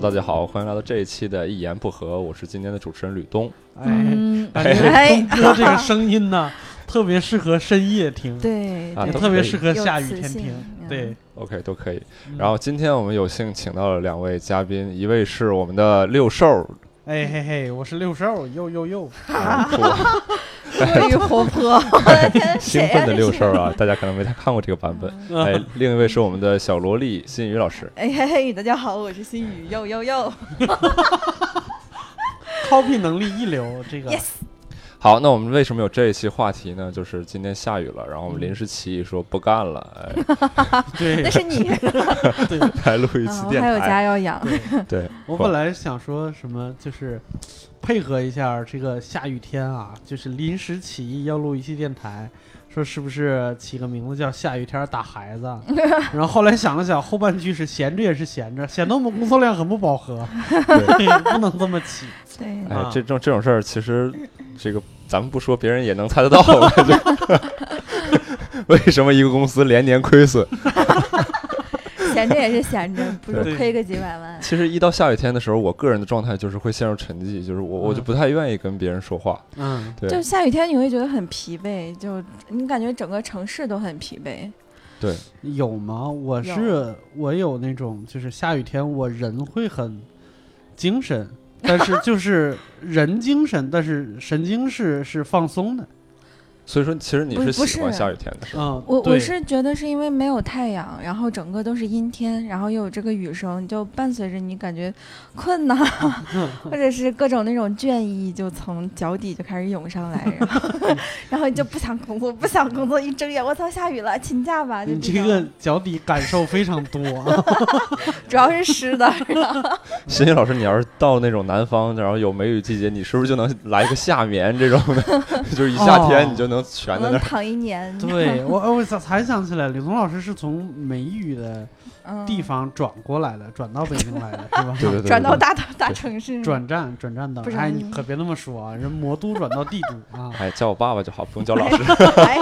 大家好，欢迎来到这一期的一言不合，我是今天的主持人吕东。 东哥这个声音呢，特别适合深夜听， 对， 也特别适合下雨天听，对 ，OK 都可以。然后今天我们有幸请到了两位嘉宾，一位是我们的六兽。 哎嘿嘿，我是六兽，又， 过于活泼， 兴奋的六兽啊，大家可能没太看过这个版本。哎，另一位是我们的小萝莉新宇老师。 哎嘿嘿，大家好，我是新宇，又 ，copy 能力一流，这个。 Yes。 好，那我们为什么有这一期话题呢？就是今天下雨了，然后我们临时起意说不干了， 对， 那是你， 对， 来录一期电台， 还有家要养， 对， 我本来想说什么，就是配合一下这个下雨天啊，就是临时起意要录一期电台，说是不是起个名字叫下雨天打孩子？然后后来想了想，后半句是闲着也是闲着，显得我们工作量很不饱和，对，不能这么起。 对， 哎，这种事儿其实这个咱们不说，别人也能猜得到。为什么一个公司连年亏损？ 闲着也是闲着，不是亏个几百万。 其实一到下雨天的时候，我个人的状态就是会陷入沉寂，就是我就不太愿意跟别人说话。 嗯， 对， 就下雨天你会觉得很疲惫，就你感觉整个城市都很疲惫。 对， 有吗？我有那种，就是下雨天我人会很精神，但是就是人精神，但是神经是放松的。 所以说，其实你是喜欢下雨天的，是吧？ 我是觉得是因为没有太阳，然后整个都是阴天，然后又有这个雨声，就伴随着你感觉困呐，或者是各种那种倦意就从脚底就开始涌上来，然后你就不想工作，一睁眼我操下雨了，请假吧。 你这个脚底感受非常多， 主要是湿的。 欣欣老师，你要是到那种南方，然后有梅雨季节，你是不是就能来个夏眠这种的？就是一夏天你就能悬在那儿躺一年。 对，我才想起来，吕东老师是从梅雨的地方转过来的，转到北京来的，是吧？ 对， 转到大城市， 转站的。哎，你可别那么说啊，人魔都转到帝都啊！ 哎，叫我爸爸就好，不用叫老师。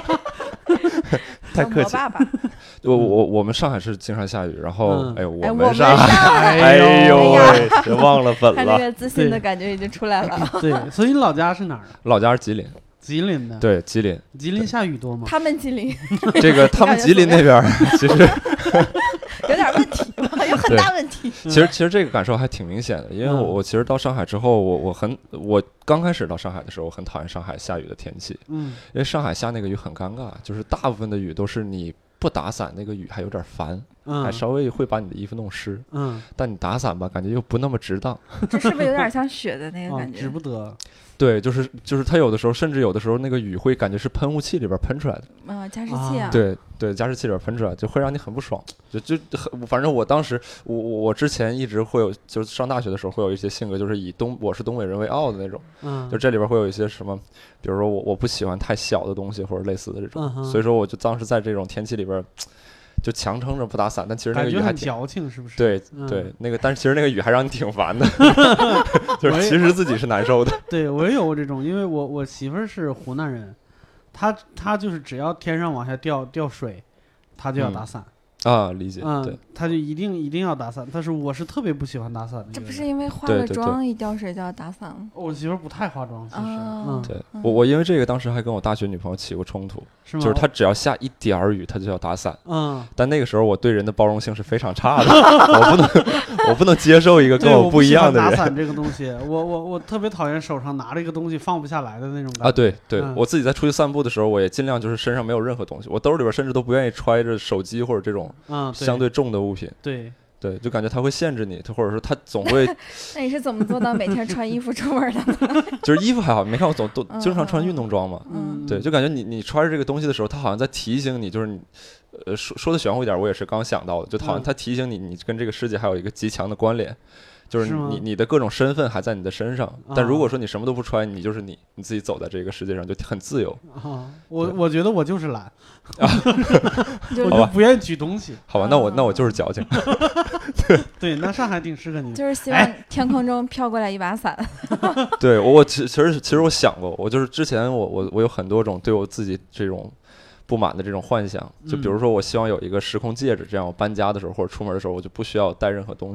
太客气。 爸爸。 我们上海是经常下雨，然后我们上海，哎呦喂，别忘了粉了。 他这个自信的感觉已经出来了。 对，所以你老家是哪儿的？ 老家是吉林。 吉林的， 对，吉林下雨多吗？ 他们吉林， 这个他们吉林那边其实有点问题，有很大问题。 其实这个感受还挺明显的，因为我其实到上海之后，我刚开始到上海的时候，我很讨厌上海下雨的天气，因为上海下那个雨很尴尬，就是大部分的雨都是你不打伞，那个雨还有点烦，还稍微会把你的衣服弄湿，但你打伞吧，感觉又不那么值当。 这是不是有点像雪的那个感觉？ 值不得。 对，就是它有的时候，甚至有的时候那个雨会感觉是喷雾器里边喷出来的， 加湿器啊。 对，加湿器里边喷出来，就会让你很不爽。反正我当时我之前一直会有，就是上大学的时候会有一些性格，就是我是东北人为傲的那种。就这里边会有一些什么，比如说我不喜欢太小的东西或者类似的这种，所以说我就当时在这种天气里边。就强撑着不打伞，但其实那个雨还很矫情，是不是？ 对，那个，但是其实那个雨还让你挺烦的，就是其实自己是难受的。 对，我也有过这种，因为我媳妇儿是湖南人，她就是只要天上往下掉水，她就要打伞。 理解。对， 他就一定要打伞，但是我是特别不喜欢打伞的。 这不是因为化了妆一掉水就要打伞吗？ 我媳妇不太化妆，其实。 对，我因为这个当时还跟我大学女朋友起过冲突，就是她只要下一点儿雨，她就要打伞。但那个时候我对人的包容性是非常差的，我不能接受一个跟我不一样的人。 打伞这个东西，我特别讨厌手上拿着一个东西放不下来的那种感觉。 啊，对，我自己在出去散步的时候，我也尽量就是身上没有任何东西，我兜里边甚至都不愿意揣着手机或者这种。相对重的物品， 对， 就感觉它会限制你，或者说它总会。 那你是怎么做到每天穿衣服出门的呢？ 就是衣服还好，没看我都经常穿运动装嘛。对，就感觉你穿着这个东西的时候，它好像在提醒你，就是你，说的玄乎一点，我也是刚想到的，就好像它提醒你跟这个世界还有一个极强的关联。就是你的各种身份还在你的身上，但如果说你什么都不穿，你就是你自己走在这个世界上就很自由。 我觉得我就是懒，我就不愿意举东西。 好吧，那我就是矫情。 对，那上海挺适合你， 就是希望天空中飘过来一把伞。 对，我其实我想过，我就是之前我有很多种对我自己这种不满的这种幻想，就比如说我希望有一个时空戒指，这样我搬家的时候或者出门的时候我就不需要带任何东西。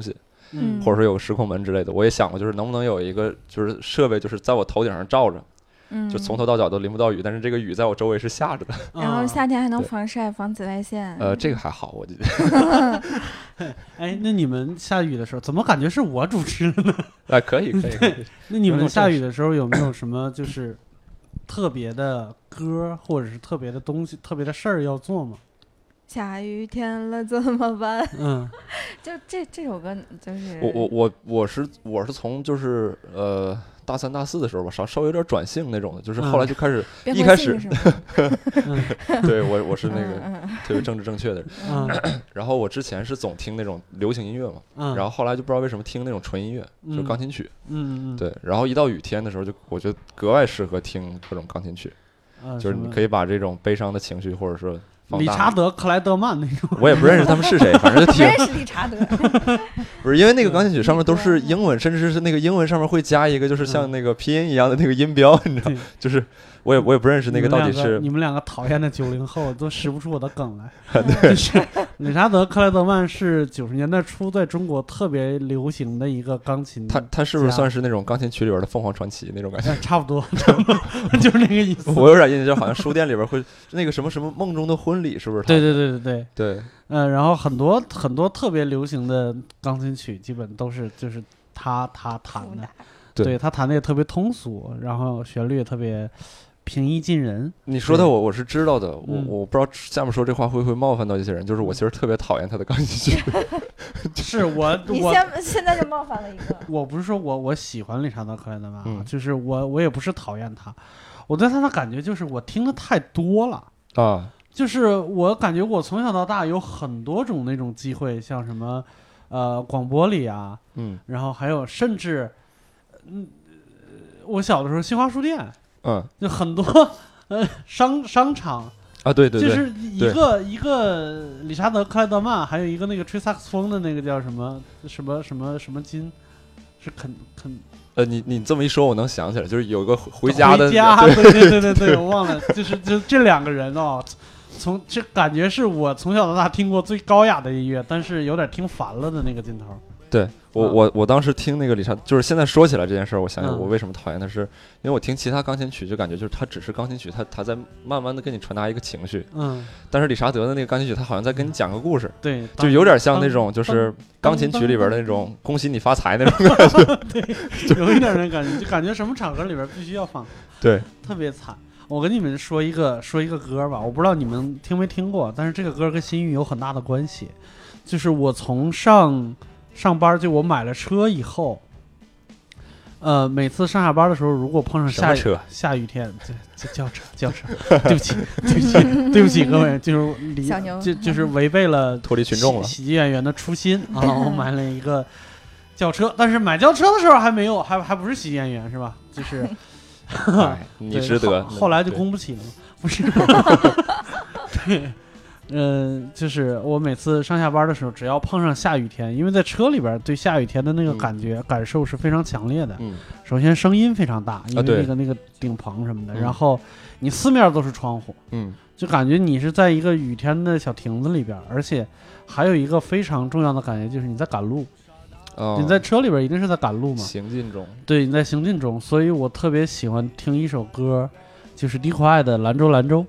或者说有个时空门之类的。我也想过，就是能不能有一个就是设备，就是在我头顶上照着。就从头到脚都淋不到雨，但是这个雨在我周围是下着的。 然后夏天还能防晒、防紫外线。 这个还好，我觉得。 哎，那你们下雨的时候，怎么感觉是我主持了呢？ 可以。 那你们下雨的时候有没有什么就是特别的歌，或者是特别的东西、特别的事儿要做吗？ 下雨天了怎么办？就这首歌就是我是从就是大3、大4的时候吧，稍微有点转性那种的，就是后来就开始一开始，对我是那个特别政治正确的人，然后我之前是总听那种流行音乐嘛，然后后来就不知道为什么听那种纯音乐，就钢琴曲，对，然后一到雨天的时候我觉得格外适合听各种钢琴曲，就是你可以把这种悲伤的情绪或者说理查德·克莱德曼那种， 我也不认识他们是谁，反正就听。 不认识理查德。 不是因为那个钢琴曲上面都是英文，甚至是那个英文上面会加一个就是像那个拼音一样的那个音标，你知道？就是我也不认识那个到底是。 你们两个讨厌的90后都使不出我的梗来。就是理查德·克莱德曼是90年代初在中国特别流行的一个钢琴。 他是不是算是那种钢琴曲里边的凤凰传奇那种感觉？ 差不多，就是那个意思。 我有点印象，就好像书店里边会那个什么梦中的婚礼，是不是？ 对。然后很多特别流行的钢琴曲，基本都是就是他弹的。对，他弹的也特别通俗，然后旋律也特别平易近人。 你说的我是知道的，我不知道下面说这话会不会冒犯到一些人，就是我其实特别讨厌他的钢琴曲。 是我你现在就冒犯了一个。 我不是说我喜欢理查德·克莱德曼，就是我也不是讨厌他，我对他的感觉就是我听的太多了啊。就是我感觉我从小到大有很多种那种机会，像什么广播里啊，然后还有甚至我小的时候新华书店，就很多商场啊，对， 就是一个理查德·克莱德曼，还有一个那个吹萨克斯风的那个叫什么金，是肯。 你这么一说，我能想起来，就是有个回家的， 对，我忘了，就这两个人哦。这感觉是我从小到大听过最高雅的音乐，但是有点听烦了的那个劲头。 对，我当时听那个理查，就是现在说起来这件事儿，我想想我为什么讨厌他，是因为我听其他钢琴曲就感觉就是它只是钢琴曲，它在慢慢的跟你传达一个情绪。但是理查德的那个钢琴曲，它好像在跟你讲个故事。 对， 就有点像那种就是钢琴曲里边的那种恭喜你发财那种感觉。 对，有一点那感觉，就感觉什么场合里边必须要放。 对， 特别惨。我跟你们说一个歌吧，我不知道你们听没听过，但是这个歌跟新宇有很大的关系。就是我从上班，就我买了车以后，每次上下班的时候，如果碰上下雨天，这轿车，对不起各位，就是违背了脱离群众了喜剧演员的初心啊！我买了一个轿车，但是买轿车的时候还没有，还不是喜剧演员是吧？就是。 你值得。 后来就供不起了，不是？对，就是我每次上下班的时候，只要碰上下雨天，因为在车里边对下雨天的那个感受是非常强烈的。首先声音非常大，因为那个顶棚什么的，然后你四面都是窗户，就感觉你是在一个雨天的小亭子里边，而且还有一个非常重要的感觉就是你在赶路。你在车里边一定是在赶路嘛？ 行进中。对， 你在行进中，所以我特别喜欢听一首歌，就是迪可爱的《兰州兰州》。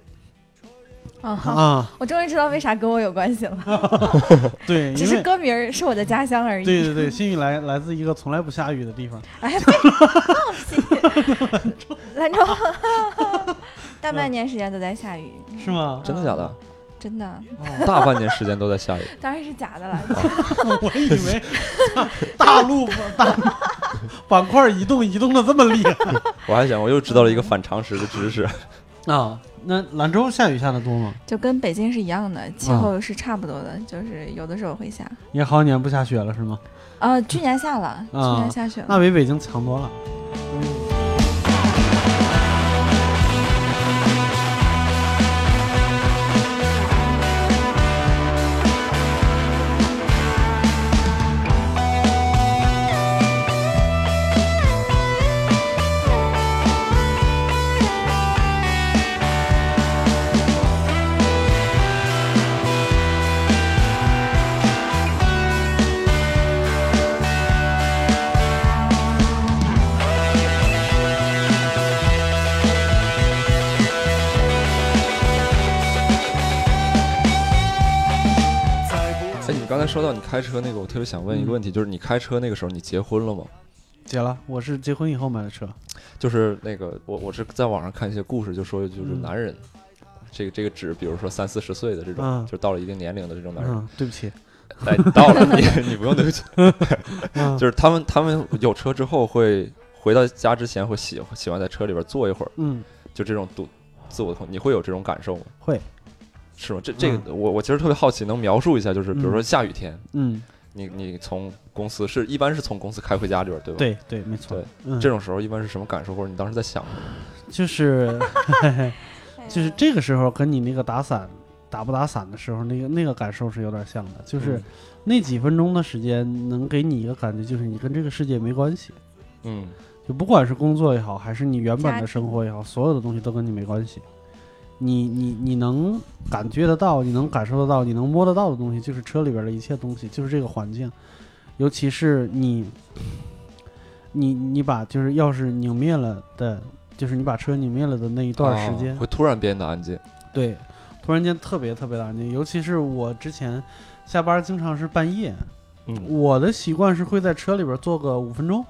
我终于知道为啥跟我有关系了。 对， 只是歌名是我的家乡而已。 对，新宇来自一个从来不下雨的地方。 哎，放弃。兰州，大半年时间都在下雨。 是吗？ 真的假的？ 真的， 大半年时间都在下雨。 当然是假的了。 我以为大陆板块移动的这么厉害。 我还想我又知道了一个反常识的知识啊。那兰州下雨下的多吗？ 就跟北京是一样的，气候是差不多的，就是有的时候会下。 也好几年不下雪了是吗？ 去年下了，去年下雪了。 那比北京强多了。 说到你开车那个，我特别想问一个问题，就是你开车那个时候你结婚了吗？ 结了，我是结婚以后买的车。 就是那个我是在网上看一些故事，就说就是男人，这个指，比如说30-40岁的这种，就到了一定年龄的这种男人。 对不起， 哎，到了你不用对不起，就是他们有车之后会回到家之前会喜欢在车里边坐一会儿，就这种自我的你会有这种感受吗？ 会， 是吗？这个我其实特别好奇，能描述一下，就是比如说下雨天，你从公司一般是从公司开回家里边，对吧？ 对，没错。 对，这种时候一般是什么感受，或者你当时在想什么？ 就是这个时候跟你那个打不打伞的时候那个感受是有点像的，就是那几分钟的时间能给你一个感觉，就是你跟这个世界没关系。就不管是工作也好，还是你原本的生活也好，所有的东西都跟你没关系。你能感觉得到，你能感受得到，你能摸得到的东西，就是车里边的一切东西，就是这个环境。尤其是你把就是钥匙拧灭了的，就是你把车拧灭了的那一段时间， 会突然变得安静。 对，突然间特别特别的安静。尤其是我之前下班经常是半夜，我的习惯是会在车里边坐个5分钟，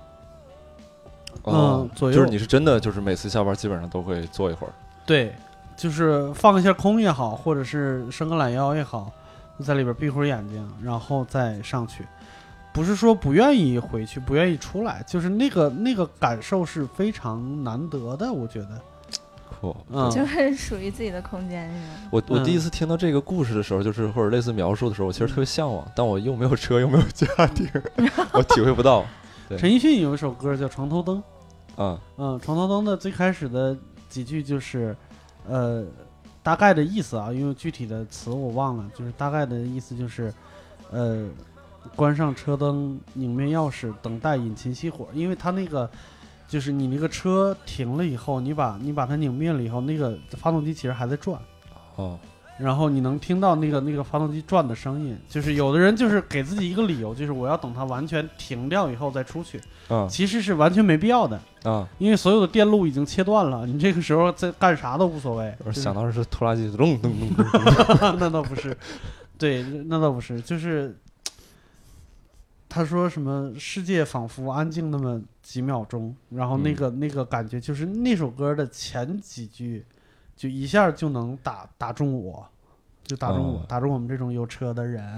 左右。 就是你是真的就是每次下班基本上都会坐一会儿。 对。就是放一下空也好，或者是伸个懒腰也好，在里边闭会儿眼睛，然后再上去。不是说不愿意回去，不愿意出来，就是那个感受是非常难得的，我觉得。 就是属于自己的空间是吗？ 我第一次听到这个故事的时候，就是或者类似描述的时候，我其实特别向往，但我又没有车，又没有家庭，我体会不到。 陈奕迅有一首歌叫《床头灯》，床头灯的最开始的几句就是。大概的意思啊，因为具体的词我忘了，就是大概的意思就是，关上车灯，拧灭钥匙，等待引擎熄火。因为它那个，就是你那个车停了以后，你把它拧灭了以后，那个发动机其实还在转，然后你能听到那个发动机转的声音。就是有的人就是给自己一个理由，就是我要等它完全停掉以后再出去，其实是完全没必要的。因为所有的电路已经切断了，你这个时候在干啥都无所谓。 我想到是拖拉机咚咚咚咚， 那倒不是，对，那倒不是，就是他说什么世界仿佛安静那么几秒钟，然后那个感觉就是那首歌的前几句，就一下就能打中我。就打中我们这种有车的人。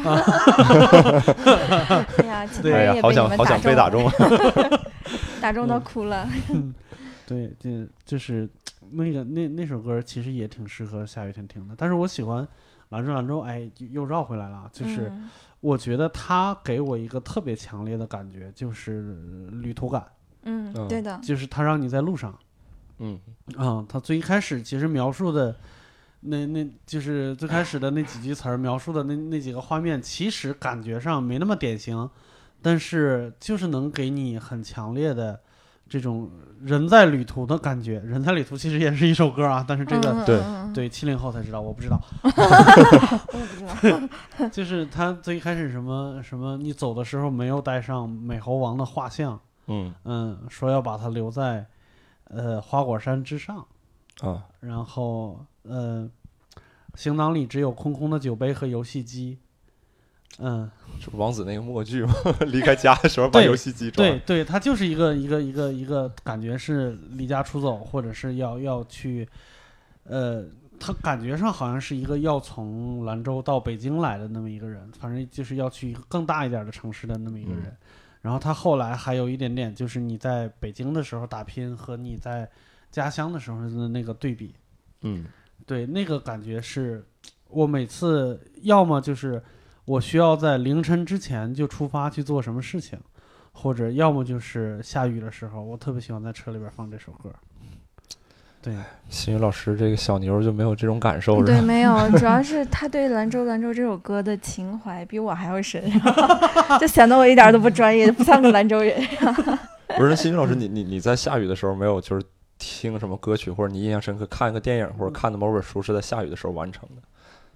哎呀， 好想被打中， 打中都哭了。 对，就是那首歌其实也挺适合下雨天听的。但是我喜欢兰州，哎，又绕回来了。就是我觉得它给我一个特别强烈的感觉，就是旅途感。 对的， 就是它让你在路上。它最一开始其实描述的。那就是最开始的那几句词儿描述的那几个画面，其实感觉上没那么典型，但是就是能给你很强烈的这种人在旅途的感觉。人在旅途其实也是一首歌啊，但是这个对70后才知道，我不知道。 我也不知道。就是他最开始什么你走的时候没有带上美猴王的画像，说要把它留在花果山之上然后行囊里只有空空的酒杯和游戏机。 是王子那个默剧吗？离开家的时候把游戏机装。 对，他就是一个感觉是离家出走，或者是要去，他感觉上好像是一个要从兰州到北京来的那么一个人，反正就是要去一个更大一点的城市的那么一个人。然后他后来还有一点点，就是你在北京的时候打拼和你在家乡的时候的那个对比。对，那个感觉是我每次要么就是我需要在凌晨之前就出发去做什么事情，或者要么就是下雨的时候，我特别喜欢在车里边放这首歌。对， 新宇老师这个小牛就没有这种感受是吧？ 对，没有，主要是他对兰州这首歌的情怀比我还要深，就显得我一点都不专业，不像个兰州人。 不是，新宇老师，你在下雨的时候没有就是听什么歌曲，或者你印象深刻看一个电影或者看的某本书是在下雨的时候完成的？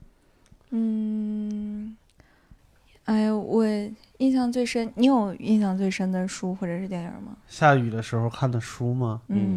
我印象最深，你有印象最深的书或者是电影吗？ 下雨的时候看的书吗？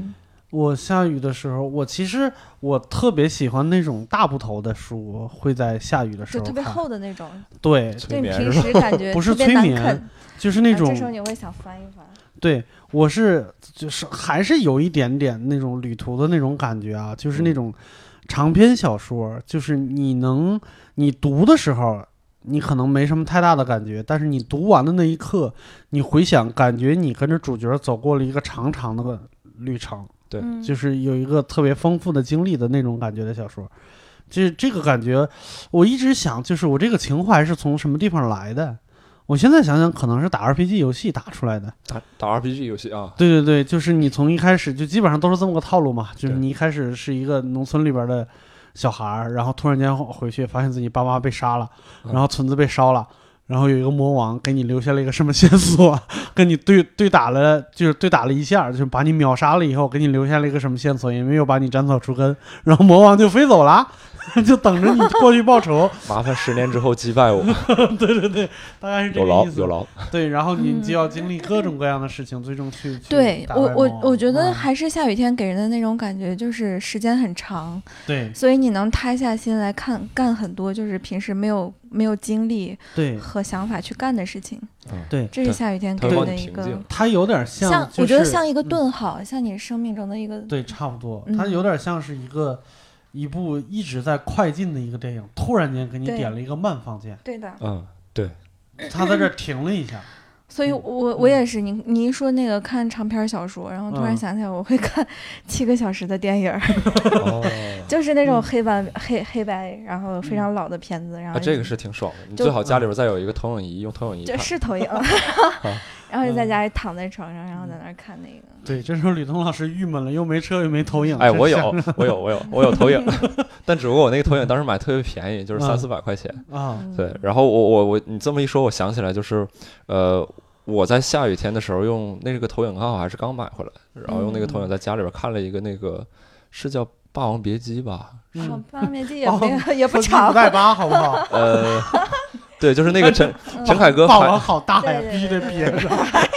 我下雨的时候，其实我特别喜欢那种大部头的书，会在下雨的时候看， 就特别厚的那种。 对， 对，平时感觉不是催眠，就是那种。 这时候你会想翻一翻。 对，我就是还是有一点点那种旅途的那种感觉啊，就是那种长篇小说，就是你读的时候。你可能没什么太大的感觉，但是你读完的那一刻，你回想，感觉你跟着主角走过了一个长长的旅程， 对， 就是有一个特别丰富的经历的那种感觉的小说。就是这个感觉，我一直想，就是我这个情怀是从什么地方来的？我现在想想，可能是打 RPG 游戏打出来的。 打 RPG 游戏啊？ 对对对，就是你从一开始就基本上都是这么个套路嘛，就是你一开始是一个农村里边的小孩，然后突然间回去发现自己爸妈被杀了，然后村子被烧了，然后有一个魔王给你留下了一个什么线索，跟你对打了，就是对打了一下，就是把你秒杀了以后给你留下了一个什么线索，也没有把你斩草除根，然后魔王就飞走了，就等着你过去报仇。 麻烦10年之后击败我。 对对对，大概是这个意思。 有劳。 对，然后你就要经历各种各样的事情，最终去对我觉得还是下雨天给人的那种感觉，就是时间很长。 对， 所以你能塌下心来干很多，就是平时没有精力和想法去干的事情。 对， 这是下雨天给人的一个。 它有点像， 我觉得像一个顿号，像你生命中的一个。 对，差不多，它有点像是一部一直在快进的一个电影，突然间给你点了一个慢放键。 对的。 对。 他在这停了一下。 所以我也是，你一说那个看长篇小说，然后突然想起来我会看7个小时的电影，就是那种黑白，然后非常老的片子，然后这个是挺爽的。你最好家里边再有一个投影仪，用投影仪看。 这是投影，然后就在家里躺在床上，然后在那儿看那个。 对，这时候吕东老师郁闷了，又没车又没投影。 我有投影，但只不过我那个投影当时买特别便宜，就是300-400块钱啊。对，然后你这么一说，我想起来就是我在下雨天的时候用那个投影刚好还是刚买回来，然后用那个投影在家里边看了一个那个是叫《霸王别姬》吧？ 霸王别姬也不长， 不带疤好不好？ 对，就是那个陈凯歌。 霸王好大呀，必须得憋着。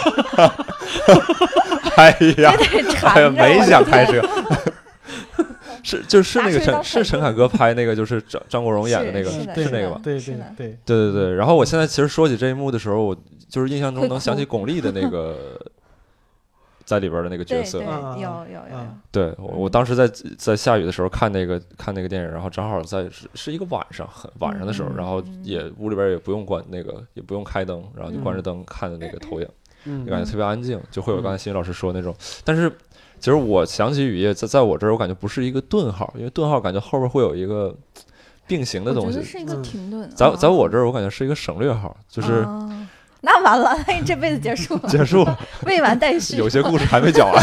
哎呀，没想开车。就是那个陈凯歌拍那个，就是张国荣演的那个，是那个吧？ 对。 然后我现在其实说起这一幕的时候，我就是印象中能想起巩俐的那个在里边的那个角色。 有。 对，我当时在下雨的时候看那个电影，然后正好是一个晚上的时候，然后屋里边也不用关那个，也不用开灯，然后就关着灯看的那个投影，就感觉特别安静，就会有刚才欣怡老师说的那种。但是其实我想起雨夜，在我这儿，我感觉不是一个顿号，因为顿号感觉后边会有一个并行的东西。 我觉得是一个停顿。 在我这儿，我感觉是一个省略号，就是。 那完了，那你这辈子结束了。 结束， 未完待续。 有些故事还没讲完。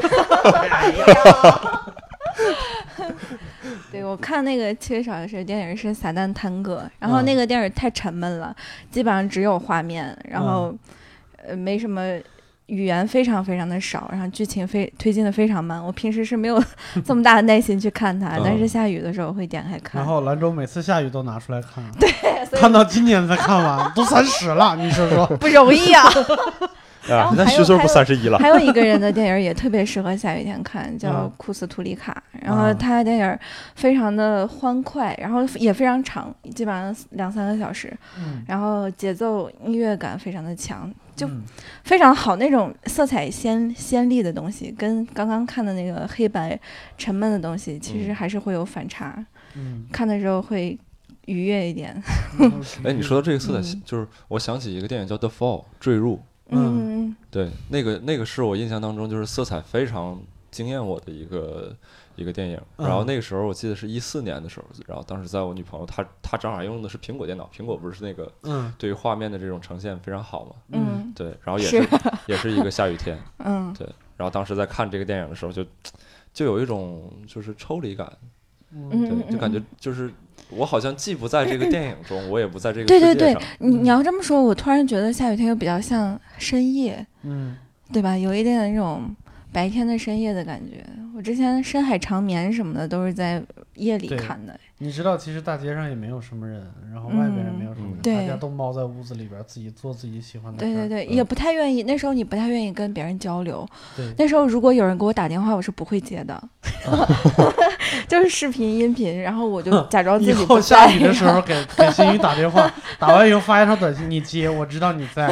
对，我看那个7个小时的电影是《撒旦探戈》，然后那个电影太沉闷了，基本上只有画面，然后没什么。语言非常非常的少，然后剧情推进的非常慢。我平时是没有这么大的耐心去看它，但是下雨的时候会点开看。 然后兰州每次下雨都拿出来看， 对， 看到今年才看完，都30了，你说说不容易啊。 那虚岁不31了。 还有一个人的电影也特别适合下雨天看，叫库斯图里卡。然后他的电影非常的欢快，然后也非常长，基本上2-3个小时。然后节奏音乐感非常的强，就非常好，那种色彩鲜丽的东西，跟刚刚看的那个黑白沉闷的东西，其实还是会有反差。看的时候会愉悦一点。 你说到这个色彩，就是我想起一个电影叫《The Fall》坠入。对，那个是我印象当中就是色彩非常惊艳我的一个电影。然后那个时候我记得是14年的时候，然后当时在我女朋友她正好用的是苹果电脑，苹果不是那个对于画面的这种呈现非常好嘛。对，然后也是一个下雨天。对，然后当时在看这个电影的时候就有一种就是抽离感。对，就感觉就是我好像既不在这个电影中，我也不在这个世界上。 对，你要这么说，我突然觉得下雨天又比较像深夜，对吧？有一点那种白天的深夜的感觉。我之前深海长眠什么的都是在夜里看的。 你知道，其实大街上也没有什么人，然后外边也没有什么人。 大家都猫在屋子里边自己做自己喜欢的事。 对，也不太愿意。那时候你不太愿意跟别人交流。 对， 那时候如果有人给我打电话，我是不会接的，就是视频、音频，然后我就假装自己不在。 以后下雨的时候给新宇打电话，打完以后发一条短信，你接，我知道你在。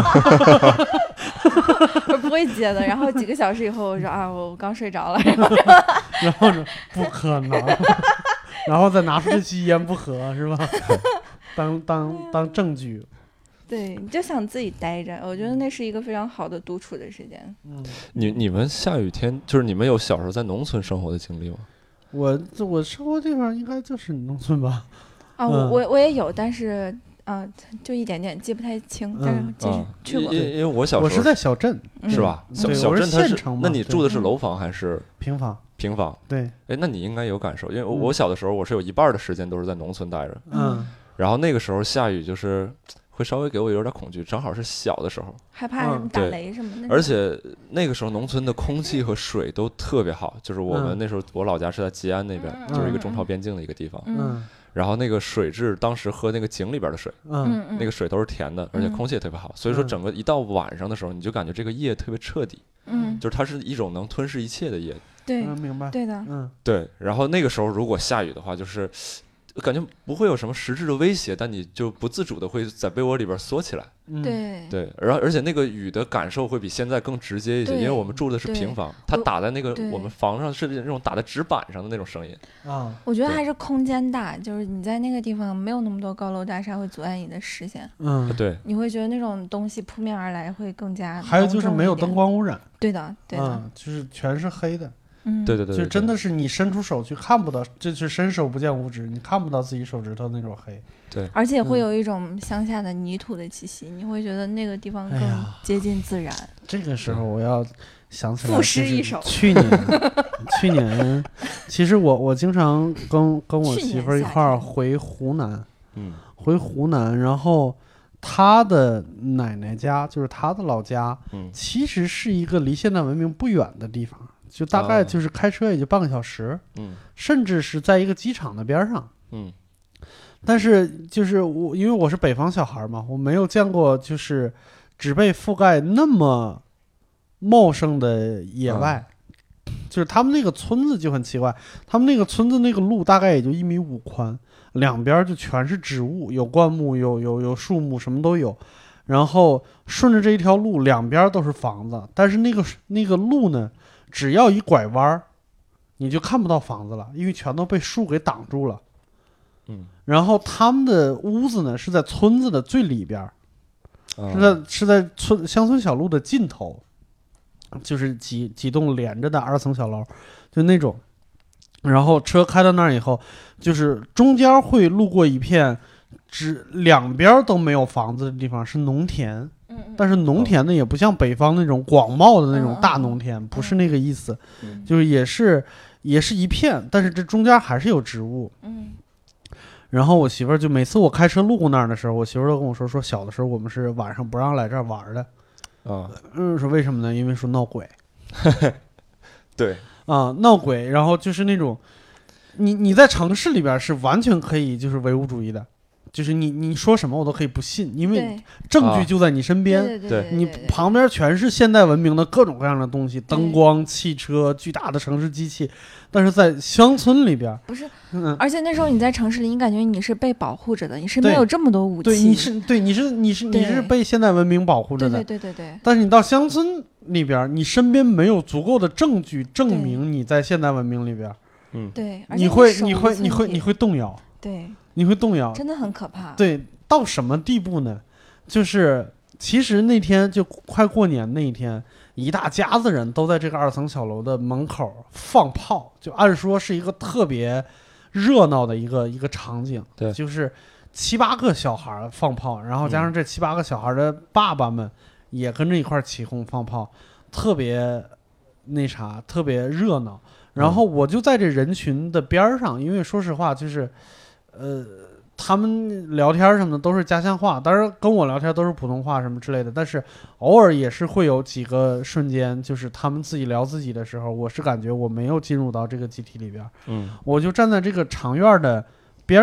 我不会接的。然后几个小时以后，我说啊，我刚睡着了。 然后呢，不可能。然后再拿出这期一言不合是吧？当证据。 对，你就想自己待着，我觉得那是一个非常好的独处的时间。 你们下雨天就是你们有小时候在农村生活的经历吗？ 我生活地方应该就是农村吧。 我也有，但是就一点点记不太清，但是其实去过。 因为我小时候我是在小镇， 是吧？小镇它是，那你住的是楼房还是平房？ 平房。 对。 那你应该有感受，因为我小的时候我是有一半的时间都是在农村待着。然后那个时候下雨就是会稍微给我有点恐惧，正好是小的时候， 害怕什么打雷什么的。 而且那个时候农村的空气和水都特别好，就是我们那时候我老家是在吉安那边，就是一个中朝边境的一个地方。然后那个水质，当时喝那个井里边的水，那个水都是甜的，而且空气也特别好。所以说整个一到晚上的时候，你就感觉这个夜特别彻底，就是它是一种能吞噬一切的夜。 对， 明白。 对的， 对。然后那个时候如果下雨的话，就是感觉不会有什么实质的威胁，但你就不自主的会在被窝里边缩起来。对，而且那个雨的感受会比现在更直接一些，因为我们住的是平房，它打在那个我们房上是那种打在纸板上的那种声音啊。 我觉得还是空间大，就是你在那个地方没有那么多高楼大厦会阻碍你的视线。 对， 你会觉得那种东西扑面而来会更加。 还有就是没有灯光污染。 对的， 就是全是黑的。 对， 就真的是你伸出手去看不到，就是伸手不见五指，你看不到自己手指头那种黑。 对， 而且会有一种乡下的泥土的气息，你会觉得那个地方更接近自然。 这个时候我要想起来， 赋诗一首。 去年，其实我经常跟我媳妇一块儿回湖南，然后她的奶奶家就是她的老家，其实是一个离现代文明不远的地方。就大概就是开车也就半个小时，甚至是在一个机场的边上，但是就是因为我是北方小孩嘛，我没有见过就是植被覆盖那么茂盛的野外，就是他们那个村子就很奇怪，他们那个村子那个路大概也就1.5米宽，两边就全是植物，有灌木，有树木，什么都有。然后顺着这一条路，两边都是房子，但是那个路呢，只要一拐弯，你就看不到房子了，因为全都被树给挡住了。然后他们的屋子呢是在村子的最里边，是在乡村小路的尽头，就是几栋连着的2层小楼，就那种。然后车开到那儿以后，就是中间会路过一片两边都没有房子的地方，是农田。但是农田呢也不像北方那种广袤的那种大农田，不是那个意思，就是也是一片，但是这中间还是有植物。然后我媳妇儿就每次我开车路过那儿的时候，我媳妇儿都跟我说小的时候我们是晚上不让来这儿玩的。说为什么呢？因为说闹鬼。 对闹鬼，然后就是那种你在城市里边是完全可以就是唯物主义的，就是你说什么我都可以不信，因为证据就在你身边。 对， 你旁边全是现代文明的各种各样的东西，灯光、汽车、巨大的城市机器。但是在乡村里边不是，而且那时候你在城市里，你感觉你是被保护着的，你是没有这么多武器。 你是被现代文明保护着的。 对。 但是你到乡村里边，你身边没有足够的证据证明你在现代文明里边。 对， 你会动摇。 对。 你会动摇， 真的很可怕。 对，到什么地步呢？就是其实那天就快过年那一天，一大家子人都在这个2层小楼的门口放炮，就按说是一个特别热闹的一个场景。 对， 就是7、8个小孩放炮，然后加上这7、8个小孩的爸爸们也跟着一块起哄放炮，特别特别热闹。然后我就在这人群的边上，因为说实话就是他们聊天什么的都是家乡话，当然跟我聊天都是普通话什么之类的，但是偶尔也是会有几个瞬间，就是他们自己聊自己的时候，我是感觉我没有进入到这个集体里边。我就站在这个长院的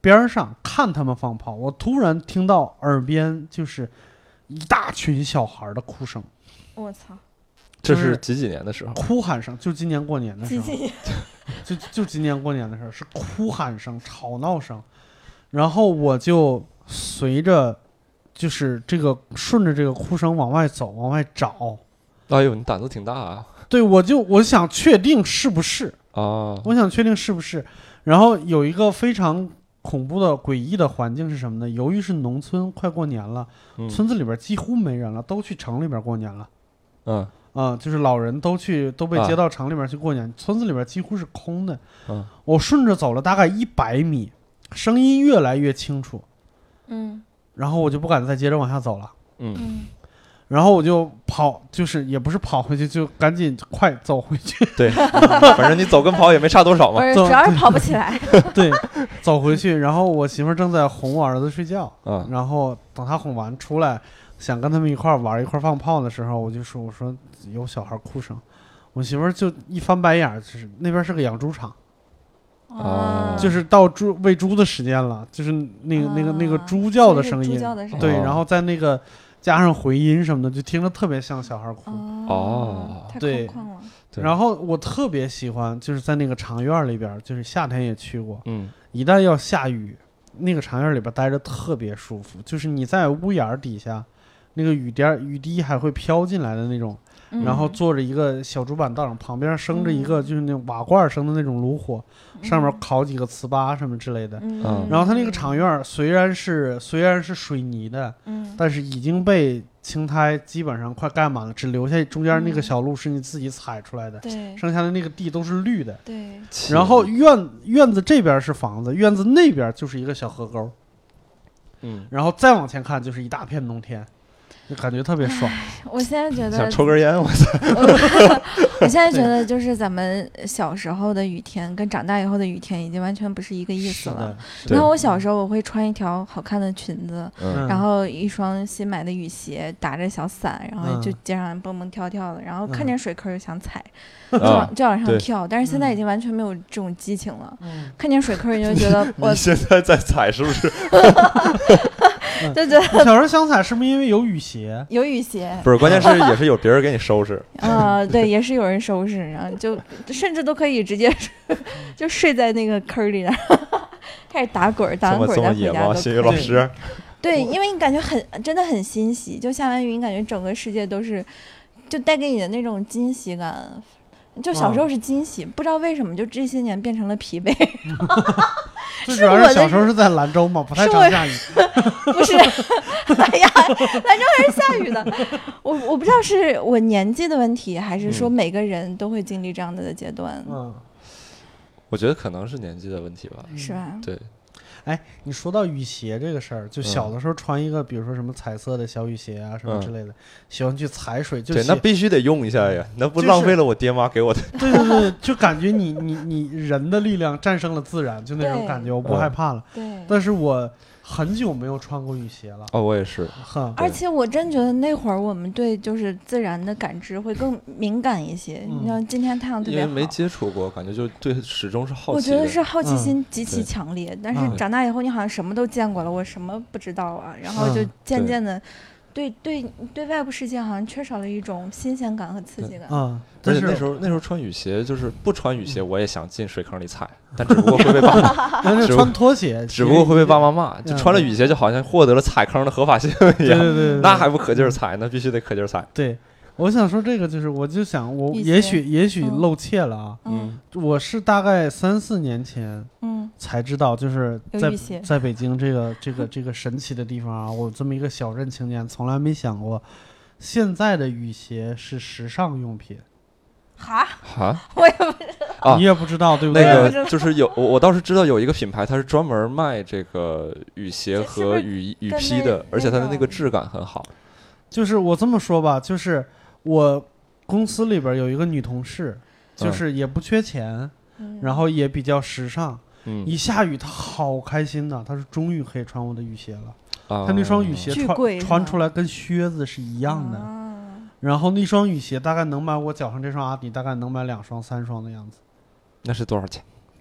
边上看他们放炮，我突然听到耳边就是一大群小孩的哭声。 我操！ 这是几年的时候？ 哭喊声，就今年过年的时候， 几就今年过年的时候是哭喊声、吵闹声，然后我就随着就是这个顺着这个哭声往外走，往外找。 哎呦，你胆子挺大啊！ 对，我想确定是不是啊， 我想确定是不是。然后有一个非常恐怖的诡异的环境是什么呢？由于是农村，快过年了，村子里边几乎没人了，都去城里边过年了。就是老人都被接到城里面去过年，村子里边几乎是空的。我顺着走了大概100米，声音越来越清楚。然后我就不敢再接着往下走了。然后我就跑，就是也不是跑回去，就赶紧快走回去。 对，反正你走跟跑也没差多少嘛。 主要是跑不起来。 对，走回去，然后我媳妇正在哄我儿子睡觉。然后等他哄完出来，想跟他们一块玩一块放炮的时候，我说有小孩哭声，我媳妇就一翻白眼，就是那边是个养猪场。就是到喂猪的时间了，就是那个猪叫的声音。对，然后在那个加上回音什么的，就听着特别像小孩哭。 对， 然后我特别喜欢，就是在那个长院里边，就是夏天也去过。一旦要下雨，那个长院里边待着特别舒服，就是你在屋檐底下，那个雨滴还会飘进来的那种。然后坐着一个小竹板凳，旁边生着一个就是那种瓦罐生的那种炉火，上面烤几个糍粑什么之类的。然后它那个场院虽然是水泥的，但是已经被青苔基本上快盖满了，只留下中间那个小路是你自己踩出来的，剩下的那个地都是绿的。 对。 然后院子这边是房子，院子那边就是一个小河沟。然后再往前看就是一大片农田。就感觉特别爽。 我现在觉得想抽根烟，我操！ 我现在觉得就是咱们小时候的雨天跟长大以后的雨天已经完全不是一个意思了。那我小时候我会穿一条好看的裙子，然后一双新买的雨鞋，打着小伞，然后就街上蹦蹦跳跳的，然后看见水坑就想踩，就往上跳。但是现在已经完全没有这种激情了，看见水坑你就觉得你现在在踩是不是？ 对对， 小时候想踩是不是因为有雨鞋？ 有雨鞋不是，关键是也是有别人给你收拾对，也是有人收拾，然后就甚至都可以直接就睡在那个坑里，然后开始打滚再回家。 新宇老师， 对，因为你感觉真的很欣喜，就下完雨，你感觉整个世界都是就带给你的那种惊喜感。就小时候是惊喜，不知道为什么就这些年变成了疲惫。 最主要是小时候是在兰州嘛，不太常下雨。 不是，哎呀，兰州还是下雨的。我不知道是我年纪的问题，还是说每个人都会经历这样的阶段。 我觉得可能是年纪的问题吧。 是吧？ 对。 哎，你说到雨鞋这个事儿，就小的时候穿一个，比如说什么彩色的小雨鞋啊，什么之类的，喜欢去踩水，就对，那必须得用一下呀，那不浪费了我爹妈给我的。 对对对，就感觉你人的力量战胜了自然，就那种感觉，我不害怕了。 对， 但是我很久没有穿过雨鞋了。 我也是。 而且我真觉得那会儿我们对就是自然的感知会更敏感一些。你像今天太阳特别好， 因为没接触过，感觉就对始终是好奇。 我觉得是好奇心极其强烈，但是长大以后你好像什么都见过了，我什么不知道啊，然后就渐渐的对外部世界好像缺少了一种新鲜感和刺激感。 但是那时候穿雨鞋，就是不穿雨鞋我也想进水坑里踩，但只不过会被爸妈穿拖鞋， 只不过会被爸妈骂。就穿了雨鞋就好像获得了踩坑的合法性一样。 对， 那还不可劲儿踩，那必须得可劲儿踩。 对，我想说这个就是，我就想我也许露怯了啊。我是大概3-4年前才知道，就是在北京这个神奇的地方啊，我这么一个小镇青年，从来没想过现在的雨鞋是时尚用品。我也不知道。你也不知道对不对？ 那个就是我倒是知道有一个品牌，它是专门卖这个雨鞋和雨披的，而且它的那个质感很好。 就是我这么说吧，就是我公司里边有一个女同事，就是也不缺钱，然后也比较时尚。一下雨她好开心呐，她说终于可以穿我的雨鞋了。她那双雨鞋穿出来跟靴子是一样的。然后那双雨鞋大概能买我脚上这双阿迪，大概能买2双3双的样子。 那是多少钱？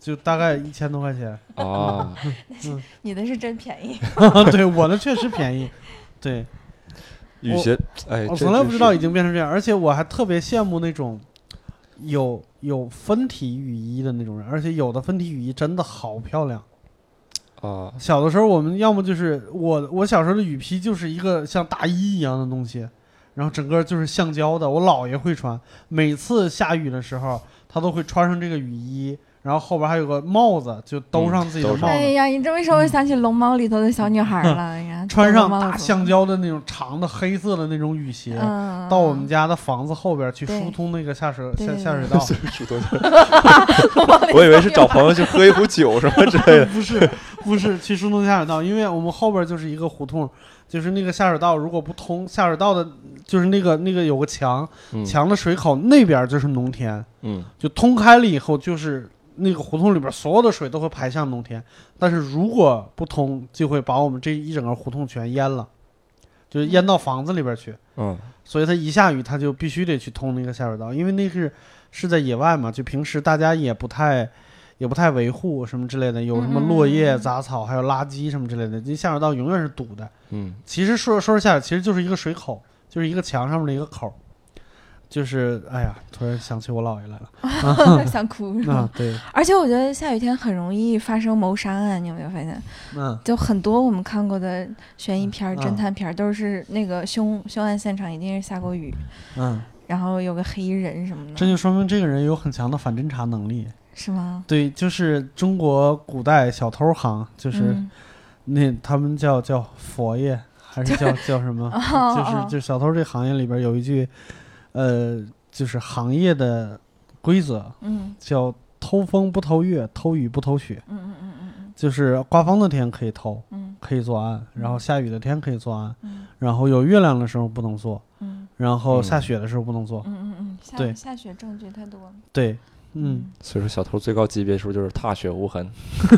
就大概1000多块钱。 啊， 你的是真便宜。 对，我的确实便宜。对， 雨鞋，哎， 我从来不知道已经变成这样，而且我还特别羡慕那种有分体雨衣的那种人，而且有的分体雨衣真的好漂亮。 啊， 小的时候我们要么就是我小时候的雨披就是一个像大衣一样的东西，然后整个就是橡胶的，我姥爷会穿，每次下雨的时候他都会穿上这个雨衣，然后后边还有个帽子，就兜上自己的帽子。 哎呀，你这么一说，我想起龙猫里头的小女孩了。哎呀， 穿上大橡胶的那种长的黑色的那种雨鞋，到我们家的房子后边去疏通那个下水道。 疏通。我以为是找朋友去喝一壶酒什么之类的。 不是去疏通下水道，因为我们后边就是一个胡同，就是那个下水道如果不通，下水道的就是那个有个墙的水口那边就是农田，就通开了以后就是那个胡同里边所有的水都会排向农田，但是如果不通就会把我们这一整个胡同全淹了，就是淹到房子里边去。所以它一下雨它就必须得去通那个下水道，因为那是在野外嘛，就平时大家也不太维护什么之类的，有什么落叶杂草还有垃圾什么之类的，这下水道永远是堵的。其实说下来其实就是一个水口，就是一个墙上面的一个口。就是哎呀，突然想起我姥爷来了， 想哭啊！对， 而且我觉得下雨天很容易发生谋杀案，你有没有发现？就很多我们看过的悬疑片、侦探片都是那个凶案现场一定是下过雨，然后有个黑衣人什么的。 这就说明这个人有很强的反侦查能力， 是吗？ 对，就是中国古代小偷行，就是那他们叫佛爷，还是叫什么？就是小偷这行业里边有一句。就是行业的规则，叫偷风不偷月，偷雨不偷雪。就是刮风的天可以偷，可以作案，然后下雨的天可以作案，然后有月亮的时候不能做，然后下雪的时候不能做。 对，下雪证据太多了。 对， 所以说小偷最高级别是不是就是踏雪无痕？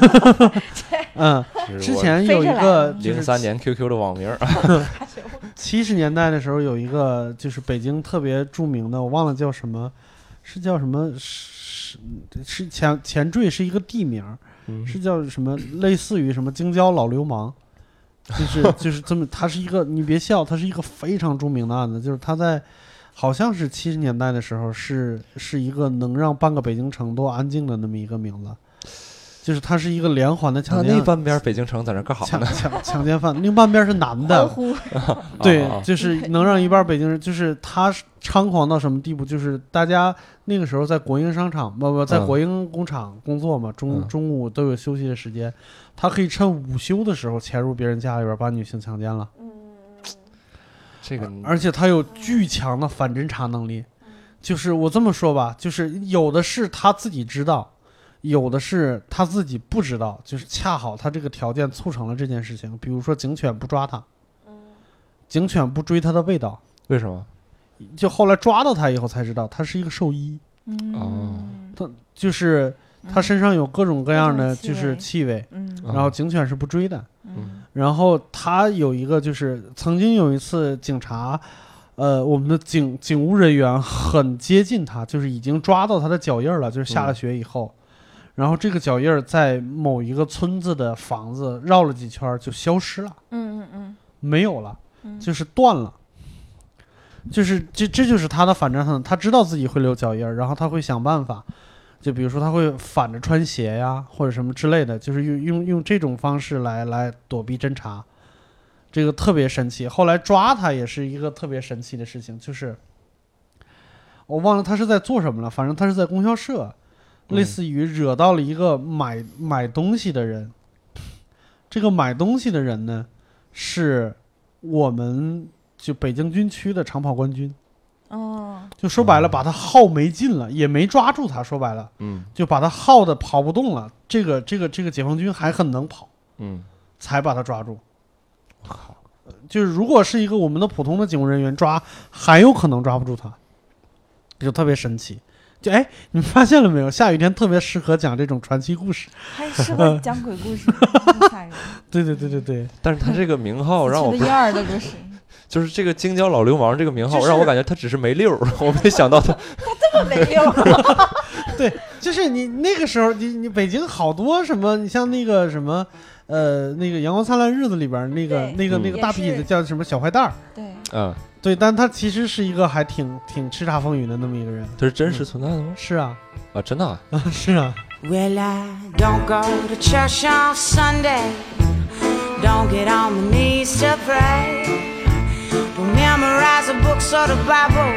之前有一个 03年 QQ 的网名。 70年代的时候有一个就是北京特别著名的，我忘了叫什么，是叫什么，是前缀是一个地名，是叫什么，类似于什么京郊老流氓，就是这么，他是一个，你别笑，他是一个非常著名的案子，就是他在好像是70年代的时候是一个能让半个北京城都安静的那么一个名字。就是他是一个连环的强奸， 那半边北京城在那干好呢？ 强奸犯，另半边是男的。对，就是能让一半北京人，就是他猖狂到什么地步？就是大家那个时候在国营商场，在国营工厂工作嘛，中午都有休息的时间，他可以趁午休的时候潜入别人家里边把女性强奸了。 这个， 而且他有巨强的反侦查能力。就是我这么说吧，就是有的是他自己知道。有的是他自己不知道，就是恰好他这个条件促成了这件事情。比如说警犬不抓他，警犬不追他的味道， 为什么？ 就后来抓到他以后才知道，他是一个兽医。他就是他身上有各种各样的就是气味，然后警犬是不追的。然后他有一个就是曾经有一次警察，我们的警务人员很接近他，就是已经抓到他的脚印了，就是下了雪以后。然后这个脚印在某一个村子的房子绕了几圈就消失了，没有了，就是断了，就是这就是他的反侦探，他知道自己会留脚印，然后他会想办法，就比如说他会反着穿鞋呀，或者什么之类的，就是用这种方式来躲避侦查，这个特别神奇。后来抓他也是一个特别神奇的事情，就是我忘了他是在做什么了，反正他是在供销社。类似于惹到了一个买东西的人，这个买东西的人呢，是我们就北京军区的长跑冠军。就说白了，把他耗没劲了，也没抓住他。说白了，就把他耗的跑不动了。这个解放军还很能跑，才把他抓住。就是如果是一个我们的普通的警务人员抓，还有可能抓不住他，就特别神奇。就你们发现了没有？下雨天特别适合讲这种传奇故事， 还适合讲鬼故事。 对。 但是他这个名号让我不燕儿的故事， 就是这个京郊老流氓这个名号，让我感觉他只是没溜儿，我没想到他这么没溜儿。 对，就是你那个时候，你北京好多什么，你像那个什么，那个《阳光灿烂日子》里边那个大痞子叫什么小坏蛋儿， 对， 对，但他其实是一个还挺叱咤风云的那么一个人。 他是真实存在的吗？ 是啊， 真的啊， 是啊。 Well, I don't go to church on Sunday, don't get on my knees to pray, don't memorize the books or the Bible,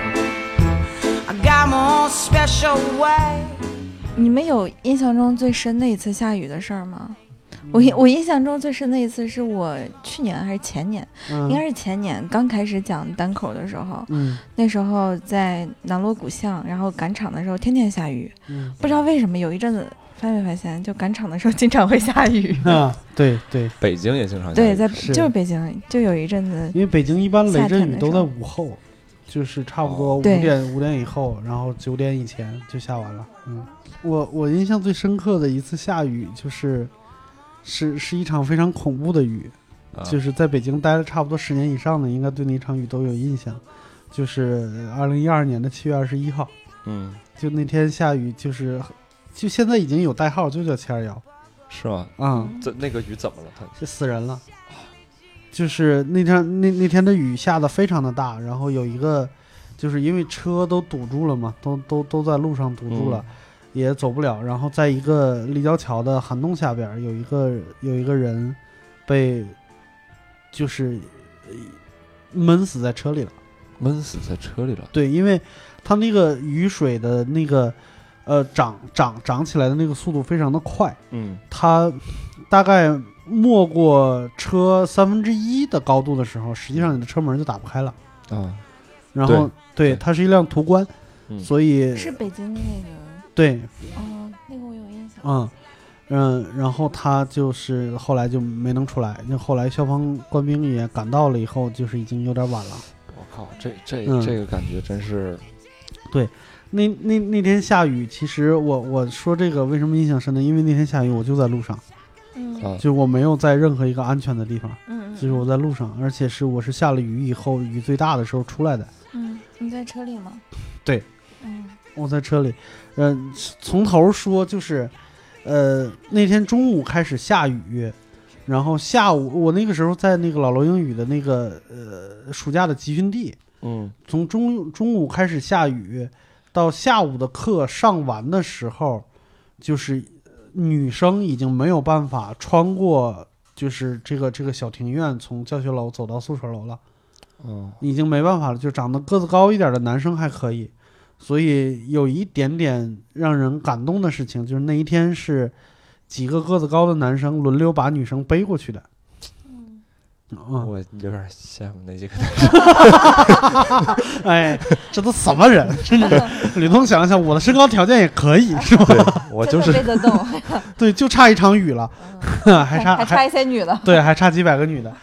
I got my own special way. 你们有印象中最深的一次下雨的事儿吗？我印象中最深的一次是我去年还是前年，应该是前年刚开始讲单口的时候，那时候在南锣鼓巷，然后赶场的时候天天下雨，不知道为什么有一阵子发没发现，就赶场的时候经常会下雨啊，对对， 北京也经常下雨， 对，就是北京就有一阵子， 因为北京一般雷阵雨都在午后，就是差不多5点以后，然后9点以前就下完了。我印象最深刻的一次下雨是一场非常恐怖的雨，就是在北京待了差不多10年以上的，应该对那场雨都有印象。就是2012年的7月21号，就那天下雨，就现在已经有代号，就叫721， 是吗？那个雨怎么了？它就死人了。就是那天的雨下得非常的大，然后有一个，就是因为车都堵住了嘛，都在路上堵住了。也走不了，然后在一个立交桥的涵洞下边有一个人被就是闷死在车里了。 闷死在车里了？ 对，因为他那个雨水的那个涨起来的那个速度非常的快，它大概没过车1/3的高度的时候，实际上你的车门就打不开了然后对，它是一辆途观，所以是北京的那个。 对， 那个我有印象。 然后他就是后来就没能出来，那后来消防官兵也赶到了以后，就是已经有点晚了。 我靠，这个感觉真是。 对，那天下雨，其实我说这个为什么印象深呢？因为那天下雨我就在路上，就我没有在任何一个安全的地方，就是我在路上，而且我是下了雨以后，雨最大的时候出来的。 你在车里吗？ 对，我在车里。从头说就是，那天中午开始下雨，然后下午我那个时候在那个老罗英语的那个暑假的集训地，从中午开始下雨，到下午的课上完的时候，就是女生已经没有办法穿过就是这个小庭院，从教学楼走到宿舍楼了，已经没办法了。就长得个子高一点的男生还可以。所以有一点点让人感动的事情，就是那一天是几个个子高的男生轮流把女生背过去的。 我有点羡慕那几个。 哎，这都什么人？真的是，吕东想想，我的身高条件也可以，是吧？ 对，我就是背得动。 对，就差一场雨了，还差一些女的。 对，还差几百个女的。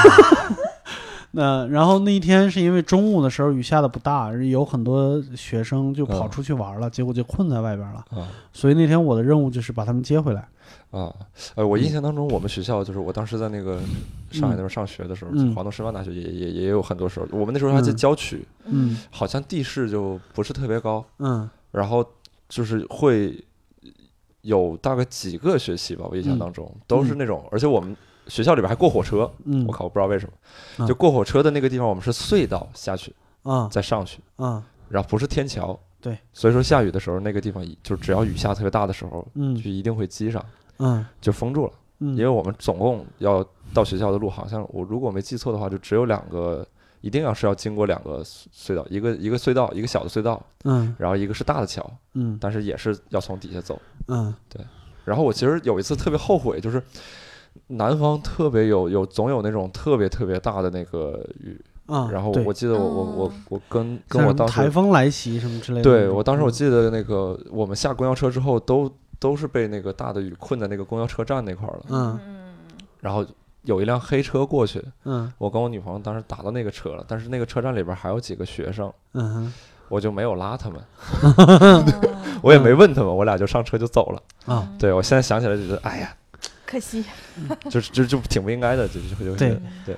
然后那一天是因为中午的时候雨下的不大，有很多学生就跑出去玩了，结果就困在外边了。所以那天我的任务就是把他们接回来。 我印象当中，我们学校就是我当时在那个上海那边上学的时候，华东师范大学也有很多时候，我们那时候还在郊区，好像地势就不是特别高，然后就是会有大概几个学期吧，我印象当中都是那种，而且我们学校里边还过火车，我靠，我不知道为什么，就过火车的那个地方，我们是隧道下去，再上去，然后不是天桥， 对，所以说下雨的时候，那个地方就只要雨下特别大的时候，就一定会积上，就封住了，因为我们总共要到学校的路，好像我如果没记错的话，就只有2个，一定是要经过2个隧道，一个隧道，一个小的隧道，然后一个是大的桥，但是也是要从底下走，对，然后我其实有一次特别后悔，就是。南方特别总有那种特别特别大的那个雨，然后我记得我跟我当时台风来袭什么之类的， 对，我当时我记得那个我们下公交车之后都是被那个大的雨困在那个公交车站那块了，然后有一辆黑车过去，我跟我女朋友当时打到那个车了，但是那个车站里边还有几个学生，我就没有拉他们，我也没问他们，我俩就上车就走了，对，我现在想起来就觉得哎呀。 可惜， 就挺不应该的，就对。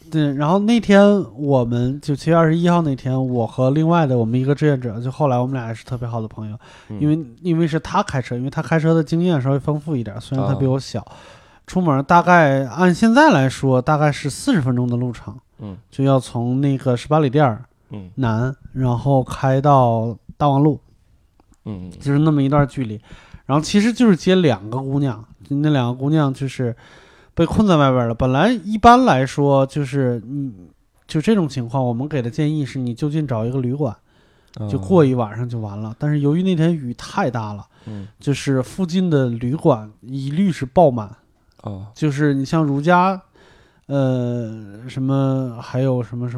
对，然后那天我们就7月21号那天，我和另外的我们一个志愿者，就后来我们俩也是特别好的朋友，因为是他开车，因为他开车的经验稍微丰富一点，虽然他比我小，出门大概按现在来说大概是40分钟的路程，就要从那个18里店南，然后开到大望路，就是那么一段距离，然后其实就是接2个姑娘，那2个姑娘就是被困在外边了。本来一般来说就是就这种情况，我们给的建议是你就近找一个旅馆，就过一晚上就完了。但是由于那天雨太大了，就是附近的旅馆一律是爆满，就是你像如家，什么还有什么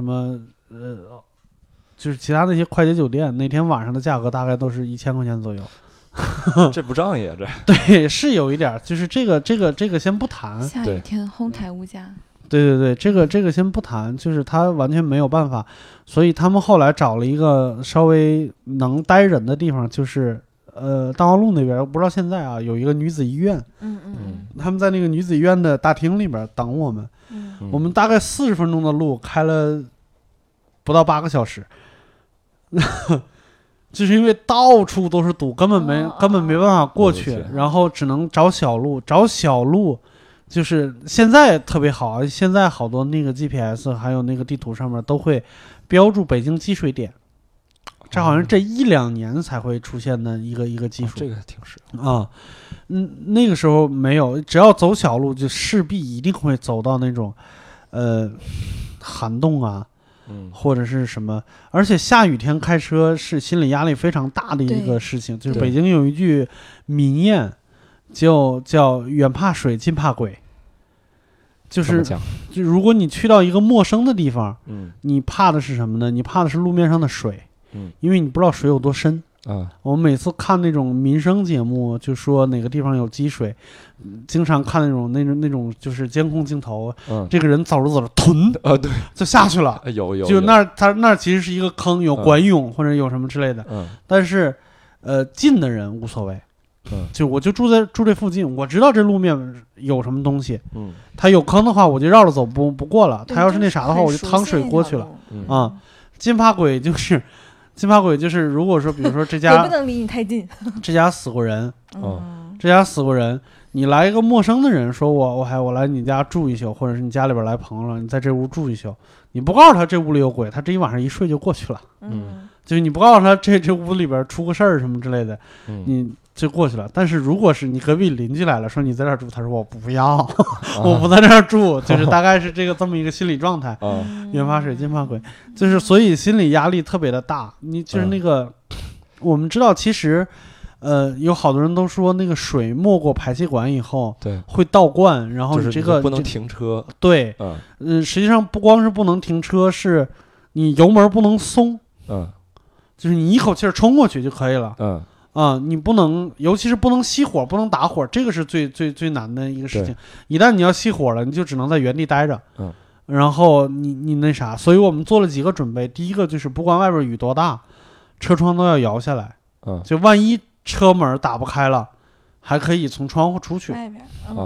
就是其他那些快捷酒店，那天晚上的价格大概都是1000块钱左右。 这不仗义啊！ 对，是有一点，就是这个先不谈。 下雨天哄抬物价。 对，这个先不谈，就是他完全没有办法，所以他们后来找了一个稍微能待人的地方，就是大望路那边，不知道现在啊有一个女子医院，他们在那个女子医院的大厅里边等我们，我们大概40分钟的路开了不到8个小时。就是因为到处都是堵，根本没办法过去，然后只能找小路，就是现在特别好啊，现在好多那个 GPS 还有那个地图上面都会标注北京积水点，这好像这1-2年才会出现的一个技术， 这个挺实啊。那个时候没有，只要走小路就势必一定会走到那种涵洞啊，或者是什么，而且下雨天开车是心理压力非常大的一个事情。就是北京有一句民谚，叫远怕水，近怕鬼。就如果你去到一个陌生的地方，你怕的是什么呢？你怕的是路面上的水，因为你不知道水有多深。我们每次看那种民生节目，就说哪个地方有积水，经常看那种就是监控镜头，这个人走着吞对，就下去了。就他那其实是一个坑，有管涌或者有什么之类的。但是近的人无所谓。就我就住这附近，我知道这路面有什么东西。他有坑的话，我就绕着走，不过了。他要是那啥的话，我就趟水过去了。近怕鬼就是，如果说比如说这家也不能离你太近， 这家死过人，你来一个陌生的人说我来你家住一宿，或者是你家里边来朋友了，你在这屋住一宿，你不告诉他这屋里有鬼，他这一晚上一睡就过去了。就是你不告诉他这屋里边出个事儿什么之类的，你就过去了。但是如果是你隔壁邻居来了，说你在这儿住，他说我不要，我不在这儿住，就是大概是这么一个心理状态。远怕水，近怕鬼，就是所以心理压力特别的大。你就是那个，我们知道其实，有好多人都说那个水没过排气管以后，对，会倒灌，然后你这个不能停车。 对，实际上不光是不能停车，是你油门不能松。就是你一口气冲过去就可以了。你不能，尤其是不能熄火，不能打火，这个是最难的一个事情。一旦你要熄火了，你就只能在原地待着。然后你那啥，所以我们做了几个准备。第一个就是不管外边雨多大，车窗都要摇下来。就万一车门打不开了，还可以从窗户出去。 外边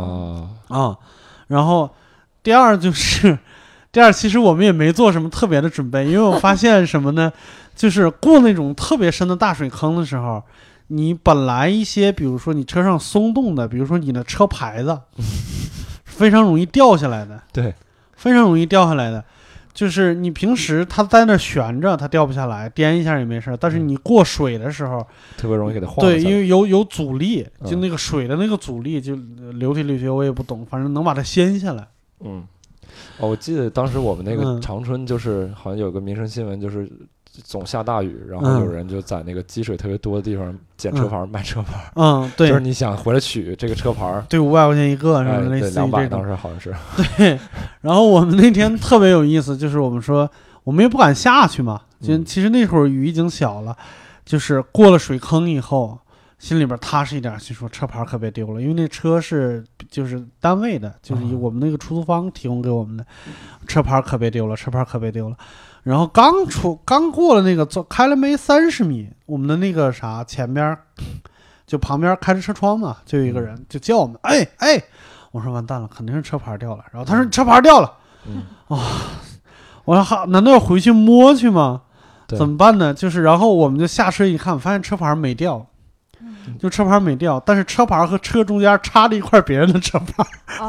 然后第二其实我们也没做什么特别的准备，因为我发现什么呢？就是过那种特别深的大水坑的时候，你本来一些比如说你车上松动的，比如说你的车牌子非常容易掉下来的。对，非常容易掉下来的。就是你平时它在那悬着，它掉不下来，颠一下也没事，但是你过水的时候特别容易给它晃。 对，因为有阻力，就那个水的那个阻力，就流体力学我也不懂，反正能把它掀下来。 我记得当时我们那个长春就是好像有个民生新闻，就是总下大雨，然后有人就在那个积水特别多的地方捡车牌卖车牌。对，就是你想回来取这个车牌， 对，500块钱一个，什么类似于这种。 200当时好像是。 对，然后我们那天特别有意思，就是我们说我们也不敢下去嘛，其实那会儿雨已经小了，就是过了水坑以后，心里边踏实一点，就说车牌可别丢了，因为那车是就是单位的，就是我们那个出租方提供给我们的，车牌可别丢了，车牌可别丢了。然后刚过了那个开了没30米，我们的那个啥前边就旁边开着车窗嘛，就有一个人就叫我们，哎，我说完蛋了，肯定是车牌掉了。然后他说车牌掉了， 我说难道要回去摸去吗？ 怎么办呢？就是然后我们就下车一看，发现车牌没掉。就车牌没掉，但是车牌和车中间插着一块别人的车牌。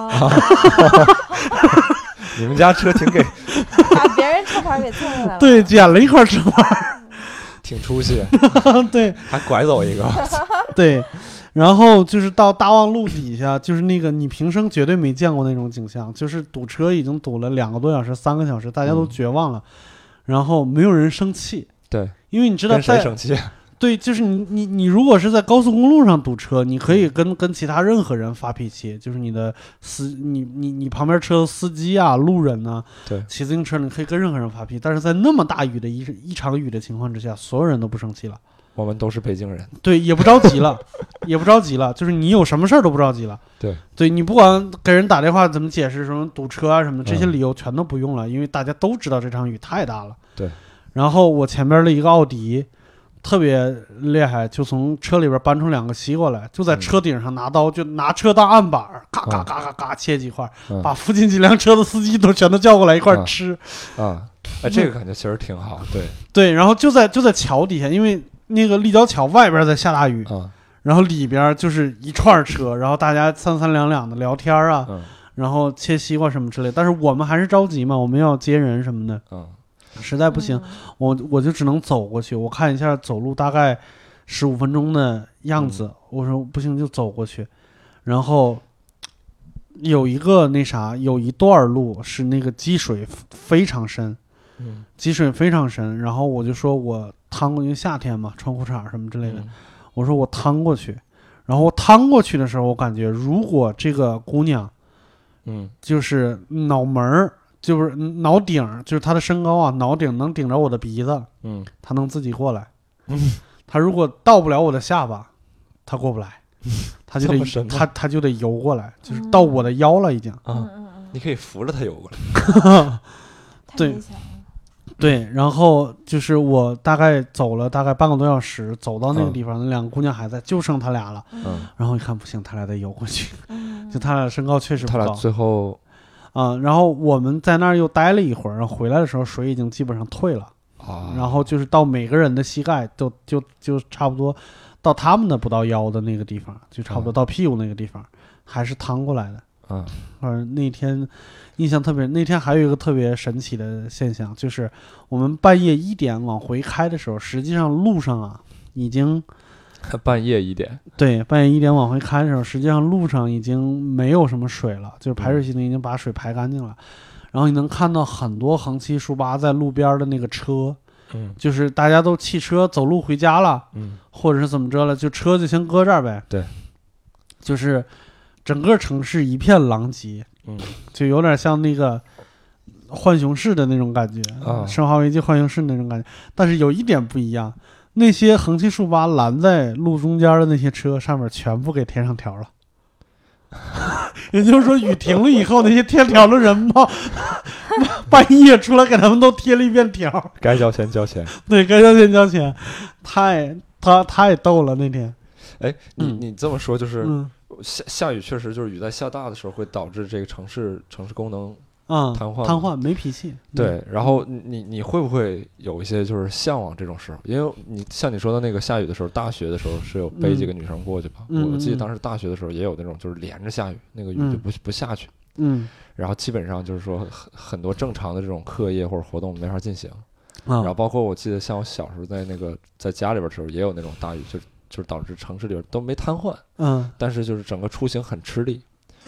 你们家车挺给把别人车牌给蹭下来了。 对，捡了一块车牌， 挺出息。 对， 还拐走一个。 对，然后就是到大望路底下，就是那个你平生绝对没见过那种景象，就是堵车已经堵了2个多小时、3个小时，大家都绝望了，然后没有人生气。 对， 因为你知道跟谁生气？ 对，就是你如果是在高速公路上堵车，你可以跟其他任何人发脾气，就是你的你旁边车的司机啊、路人啊， 对， 骑自行车你可以跟任何人发脾气，但是在那么大雨的一场雨的情况之下，所有人都不生气了。 我们都是北京人， 对，也不着急了，也不着急了，就是你有什么事儿都不着急了。对，你不管给人打电话怎么解释什么堵车啊什么的，这些理由全都不用了，因为大家都知道这场雨太大了。 对， 然后我前边的一个奥迪。特别厉害，就从车里边搬出2个西瓜来，就在车顶上拿刀，就拿车当案板，咔咔咔咔咔切几块，把附近几辆车的司机全都叫过来一块吃。 这个感觉其实挺好。 对，然后就在桥底下，因为那个立交桥外边在下大雨，然后里边就是一串车，然后大家三三两两的聊天啊，然后切西瓜什么之类的。但是我们还是着急嘛，我们要接人什么的。实在不行，我就只能走过去。我看一下走路大概15分钟的样子，我说不行就走过去。然后有一段路是那个积水非常深，积水非常深。然后我就说我趟过去，夏天嘛，穿裤衩什么之类的，我说我趟过去。然后我趟过去的时候，我感觉如果这个姑娘，就是脑门儿。就是脑顶，就是他的身高啊，脑顶能顶着我的鼻子，他能自己过来，他如果到不了我的下巴，他过不来，他就得他就得游过来，就是到我的腰了已经。 你可以扶着他游过来。 对，然后就是我大概走了大概半个多小时，走到那个地方，那2个姑娘还在，就剩他俩了。然后一看不行，他俩得游过去，就他俩身高确实不高。 他俩最后。 然后我们在那儿又待了一会儿，然后回来的时候水已经基本上退了，然后就是到每个人的膝盖就差不多到他们的不到腰的那个地方，就差不多到屁股那个地方，还是趟过来的。那天印象特别，那天还有一个特别神奇的现象，就是我们半夜1点往回开的时候，实际上路上啊已经。 半夜1点， 对，半夜1点往回开的时候，实际上路上已经没有什么水了，就是排水系统已经把水排干净了。然后你能看到很多横七竖八在路边的那个车，就是大家都弃车走路回家了，或者是怎么着了，就车就先搁这儿呗。 对， 就是整个城市一片狼藉，就有点像那个浣熊市的那种感觉，生化危机浣熊市那种感觉。但是有一点不一样。那些横七竖八拦在路中间的那些车上面全部给贴上条了，也就是说雨停了以后，那些贴条的人嘛，半夜出来给他们都贴了一遍条， 该交钱交钱。 对，该交钱交钱，太逗了那天。 你这么说就是下雨确实就是雨在下大的时候会导致这个城市功能。瘫痪没脾气。 对，然后你会不会有一些就是向往这种时候？因为你像你说的那个下雨的时候，大学的时候是有背几个女生过去吧？我记得当时大学的时候也有那种就是连着下雨，那个雨就不下去。然后基本上就是说很多正常的这种课业或者活动没法进行。然后包括我记得像我小时候在家里边的时候也有那种大雨，就是导致城市里边都没瘫痪。但是就是整个出行很吃力。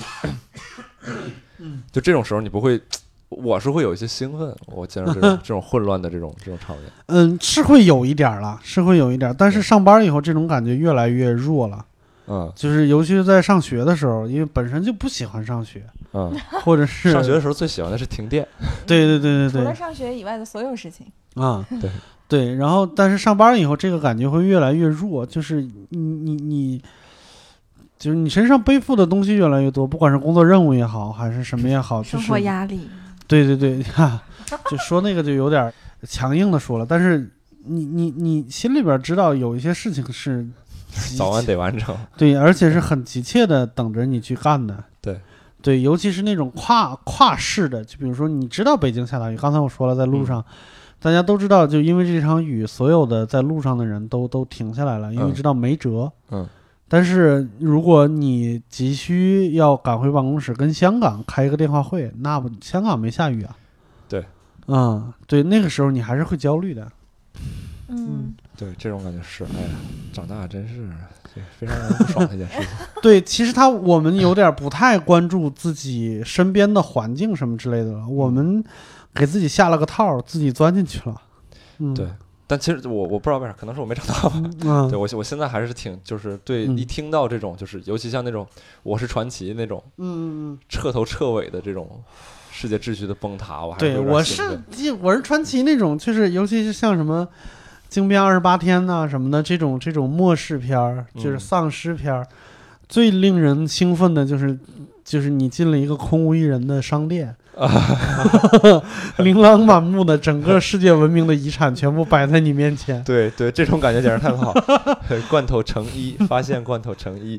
就这种时候你不会，我是会有一些兴奋，我见到这种混乱的这种场面。 是会有一点啦，是会有一点，但是上班以后这种感觉越来越弱了。就是尤其是在上学的时候，因为本身就不喜欢上学，或者是上学的时候最喜欢的是停电。 对， 除了上学以外的所有事情。 对，然后但是上班以后这个感觉会越来越弱，就是你。就是你身上背负的东西越来越多，不管是工作任务也好，还是什么也好， 生活压力。 对，就说那个就有点强硬的说了，但是你心里边知道有一些事情是早晚得完成， 对，而且是很急切的等着你去干的。 对，尤其是那种跨市的，就比如说你知道北京下大雨，刚才我说了，在路上，大家都知道，就因为这场雨，所有的在路上的人都停下来了，因为知道没辙。但是如果你急需要赶回办公室跟香港开一个电话会，那不香港没下雨啊。 对， 对，那个时候你还是会焦虑的。 对，这种感觉是，哎呀，长大真是非常让人不爽的一件事情。 对，其实我们有点不太关注自己身边的环境什么之类的了，我们给自己下了个套，自己钻进去了。 对。但其实我不知道为啥，可能是我没长大吧。对，我现在还是挺就是对一听到这种就是尤其像那种我是传奇那种彻头彻尾的这种世界秩序的崩塌，我还是有点兴奋。 对，我是传奇那种，就是尤其是像什么惊变28天呐什么的这种末世片，就是丧尸片，最令人兴奋的就是你进了一个空无一人的商店。琳琅满目的整个世界文明的遗产全部摆在你面前。 对，这种感觉简直太好。罐头成一，发现罐头成一。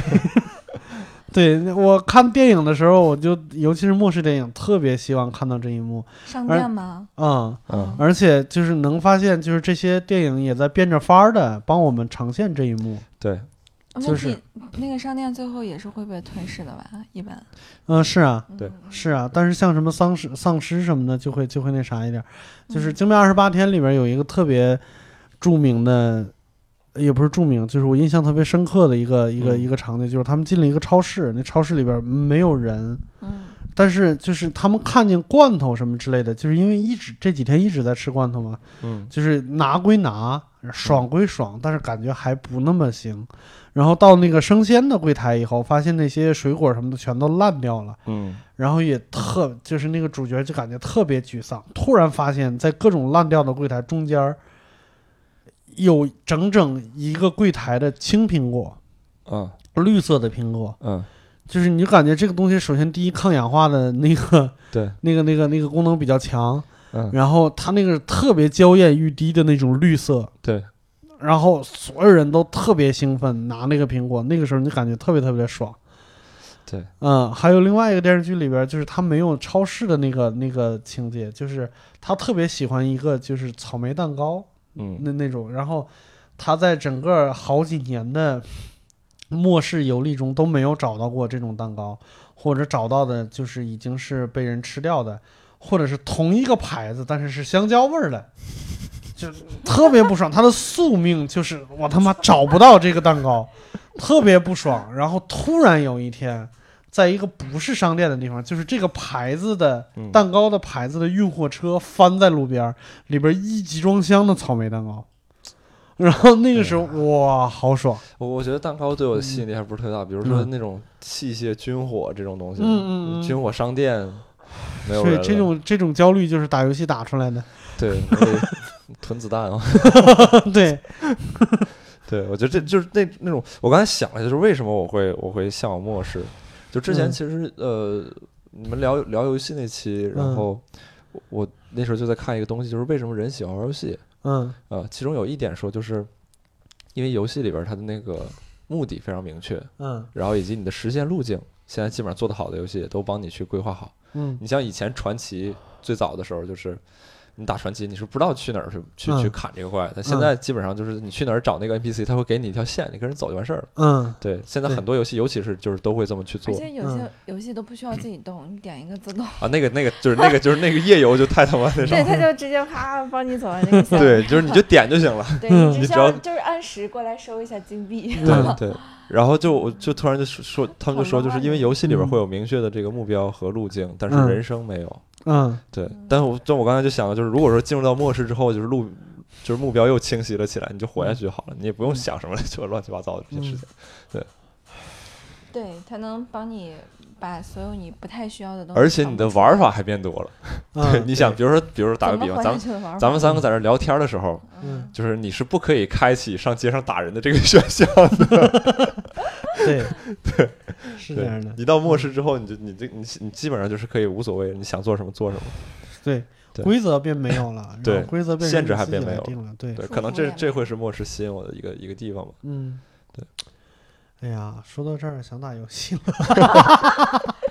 对，我看电影的时候，尤其是末世电影，特别希望看到这一幕。 商店吗？ 而且就是能发现，就是这些电影也在变着法儿的帮我们呈现这一幕。 对。 就是那个商店最后也是会被吞噬的吧？一般。 是啊， 对， 是啊。但是像什么丧尸什么的，就会那啥一点。就是《惊变28天》里边有一个特别著名的，也不是著名，就是我印象特别深刻的一个场景，就是他们进了一个超市，那超市里边没有人。但是就是他们看见罐头什么之类的，就是因为这几天一直在吃罐头嘛，就是拿归拿，爽归爽，但是感觉还不那么行。然后到那个生鲜的柜台以后，发现那些水果什么的全都烂掉了，然后也就是那个主角就感觉特别沮丧，突然发现在各种烂掉的柜台中间有整整一个柜台的青苹果，绿色的苹果，就是你就感觉这个东西首先第一抗氧化的那个对那个功能比较强，然后它那个特别娇艳欲滴的那种绿色， 对， 然后所有人都特别兴奋拿那个苹果，那个时候你感觉特别特别爽。 对， 还有另外一个电视剧里边，就是他没有超市的那个情节，就是他特别喜欢一个就是草莓蛋糕，那种，然后他在整个好几年的末世游历中都没有找到过这种蛋糕，或者找到的就是已经是被人吃掉的，或者是同一个牌子但是香蕉味的，就特别不爽。他的宿命就是我他妈找不到这个蛋糕，特别不爽。然后突然有一天在一个不是商店的地方，就是这个牌子的蛋糕的牌子的运货车翻在路边，里边一集装箱的草莓蛋糕。然后那个时候，哇，好爽！ 我觉得蛋糕对我的吸引力还不是特别大，比如说那种器械军火这种东西，军火商店没有人了。 对，这种焦虑就是打游戏打出来的。 对，囤子弹啊。 对， 对，我觉得这就是那种，我刚才想了，就是为什么我会向往末世。就之前其实你们聊游戏那期，然后我那时候就在看一个东西，就是为什么人喜欢玩游戏。其中有一点说，就是因为游戏里边它的那个目的非常明确，然后以及你的实现路径，现在基本上做得好的游戏也都帮你去规划好。你像以前传奇最早的时候，就是你打传奇，你是不知道去哪儿去砍这个怪，但现在基本上就是你去哪儿找那个 NPC， 他会给你一条线，你跟人走就完事儿了。对，现在很多游戏，尤其是就是都会这么去做。 而且有些游戏都不需要自己动，你点一个自动。 啊，那个就是那个页游就太他妈那啥。 对，他就直接啪帮你走完那个线。 对，就是你就点就行了。 对，你只要就是按时过来收一下金币。 对。然后就突然就说，他们就说，就是因为游戏里边会有明确的这个目标和路径，但是人生没有。对。但我刚才就想，就是如果说进入到末世之后，就是目标又清晰了起来，你就活下去就好了，你也不用想什么就乱七八糟的这些事情。 对，它能帮你把所有你不太需要的东西， 而且你的玩法还变多了。对，你想，比如说打个比方，咱们三个在这聊天的时候，就是你是不可以开启上街上打人的这个选项的。 对，是这样的。 你到末世之后，你基本上就是可以无所谓，你想做什么做什么。 对，规则便没有了， 对， 规则限制还变没有了。对， 可能这会是末世吸引我的一个地方吧。 对。哎呀，说到这儿想打游戏了。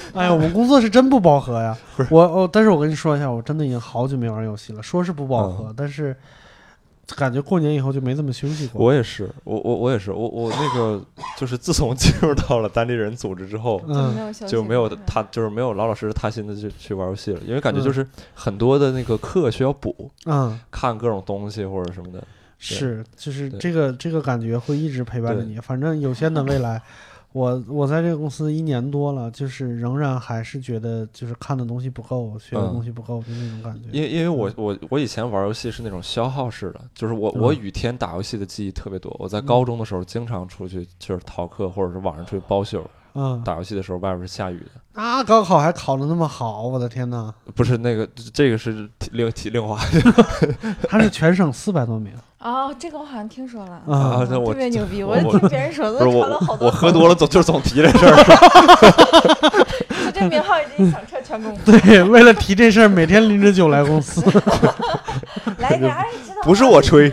哎呀，我们工作是真不饱和呀。但是我跟你说一下，我真的已经好久没玩游戏了。说是不饱和，但是感觉过年以后就没怎么休息过。 我也是，我也是，我那个就是自从进入到了单立人组织之后，就没有就是没有老老实实踏心的去玩游戏了，因为感觉就是很多的那个课需要补，看各种东西或者什么的。 是，就是这个感觉会一直陪伴着你。反正有限的未来。我在这个公司1年多了，就是仍然还是觉得就是看的东西不够，学的东西不够，就那种感觉。 因为我以前玩游戏是那种消耗式的，就是我雨天打游戏的记忆特别多。我在高中的时候经常出去就是逃课，或者是晚上出去包宿。打游戏的时候外边是下雨的。 啊，高考还考得那么好，我的天哪！ 不是那个，这个是另话。 他是全省400多名。 哦，这个我好像听说了啊， 特别牛逼！我听别人说都考了好多。 我喝多了总提这事儿。 就这名号已经响彻全公司。 对，为了提这事儿，每天拎着酒来公司。 来点儿，知道不是我吹。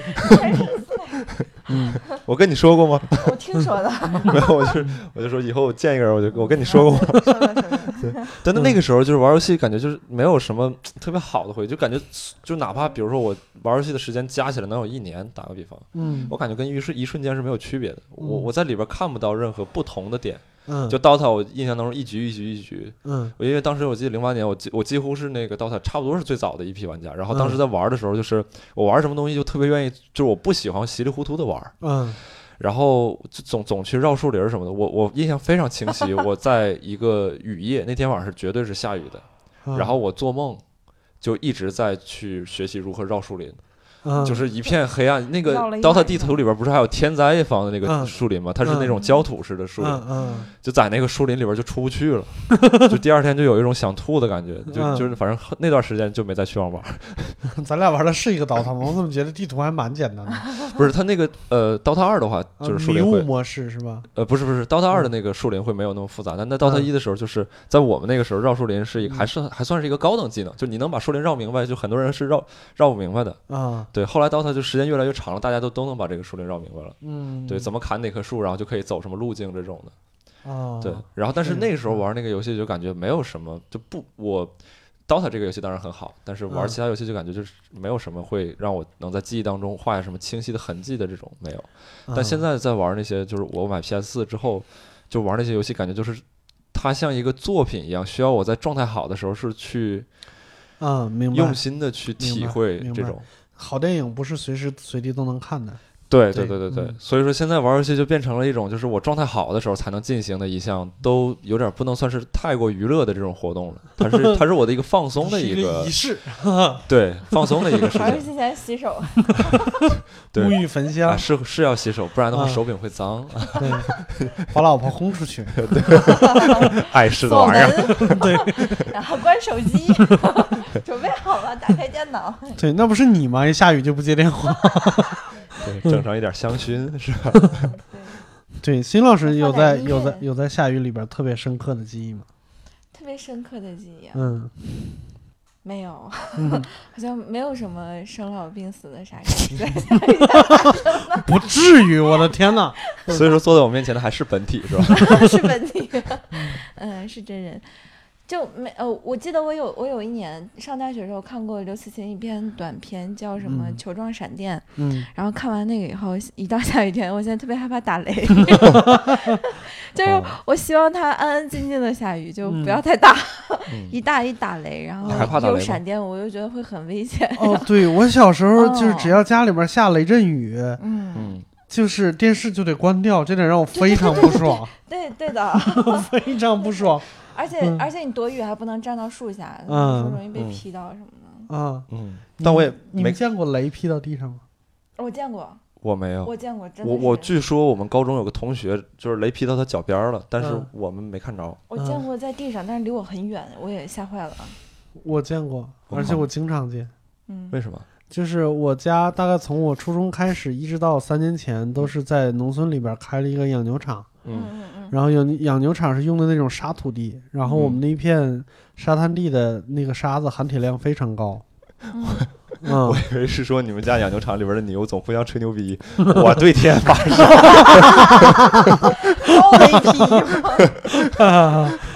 我跟你说过吗？ 我听说的。 没有，我就说以后我见一个人，我跟你说过吗？对，但那个时候就是玩游戏，感觉就是没有什么特别好的回忆，就感觉就哪怕比如说我玩游戏的时间加起来能有1年，打个比方，我感觉跟一瞬间是没有区别的。我在里边看不到任何不同的点。就 DOTA 我印象当中一局，我因为当时我记得08年我几乎是那个 DOTA 差不多是最早的一批玩家，然后当时在玩的时候就是我玩什么东西就特别愿意，就是我不喜欢稀里糊涂的玩，然后就总去绕树林什么的。我印象非常清晰，我在一个雨夜，那天晚上是绝对是下雨的，然后我做梦就一直在去学习如何绕树林。就是一片黑暗。那个 DOTA 地图里边不是还有天灾方的那个树林吗？它是那种焦土式的树林，就在那个树林里边就出不去了，就第二天就有一种想吐的感觉，就是反正那段时间就没再去玩。 咱俩玩的是一个 DOTA 吗？我怎么觉得地图还蛮简单的？ 不是，它那个DOTA 2的话就是树林会迷雾模式是吧？ 不是 DOTA 2的那个树林会没有那么复杂，但在 DOTA 1的时候，就是在我们那个时候绕树林是一个还算是一个高等技能，就你能把树林绕明白，就很多人是绕不明白的啊。对，后来 DOTA 就时间越来越长了，大家都能把这个树林绕明白了。对，怎么砍哪棵树，然后就可以走什么路径这种的。对，然后但是那个时候玩那个游戏就感觉没有什么，就不我 DOTA 这个游戏当然很好，但是玩其他游戏就感觉就是没有什么会让我能在记忆当中画下什么清晰的痕迹的这种没有。但现在在玩那些，就是我买 PS4 之后就玩那些游戏，感觉就是它像一个作品一样，需要我在状态好的时候是去明白， 用心的去体会这种。 好电影不是随时随地都能看的。 对，所以说现在玩游戏就变成了一种就是我状态好的时候才能进行的一项，都有点不能算是太过娱乐的这种活动了。它是我的一个放松的一个仪式， 对，放松的一个事情。 玩游戏前洗手， 沐浴焚香， 是要洗手，不然的话手柄会脏。 对，把老婆轰出去， 碍事的玩意儿。 对， 然后关手机，准备好了，打开电脑。 对，那不是你吗？一下雨就不接电话。 对，整上一点香薰是吧？ 对，辛老师有在下雨里边特别深刻的记忆吗？ 特别深刻的记忆没有，好像没有什么生老病死的啥事。 不至于，我的天哪！ 所以说坐在我面前的还是本体是吧？ 是本体，是真人。就没我记得我有一年上大学的时候看过刘慈欣一篇短篇叫什么球状闪电，然后看完那个以后，一到下雨天我现在特别害怕打雷。就是我希望它安安静静的下雨，就不要太大，一打雷，然后有闪电我就觉得会很危险。 对，我小时候就是只要家里边下雷阵雨就是电视就得关掉，这点让我非常不爽。 对的， 非常不爽。 而且你躲雨还不能站到树下，容易被劈到什么的。 但我也你没见过雷劈到地上吗？ 我见过， 我没有， 我见过，真的。 我据说我们高中有个同学就是雷劈到他脚边了，但是我们没看着。 我见过在地上，但是离我很远，我也吓坏了。 我见过，而且我经常见。 为什么？ 就是我家大概从我初中开始一直到3年前都是在农村里边开了一个养牛场。然后养牛场是用的那种沙土地，然后我们那一片沙滩地的那个沙子含铁量非常高。 我以为是说你们家养牛场里边的牛总互相吹牛逼，我对天发誓。 高雷劈吗？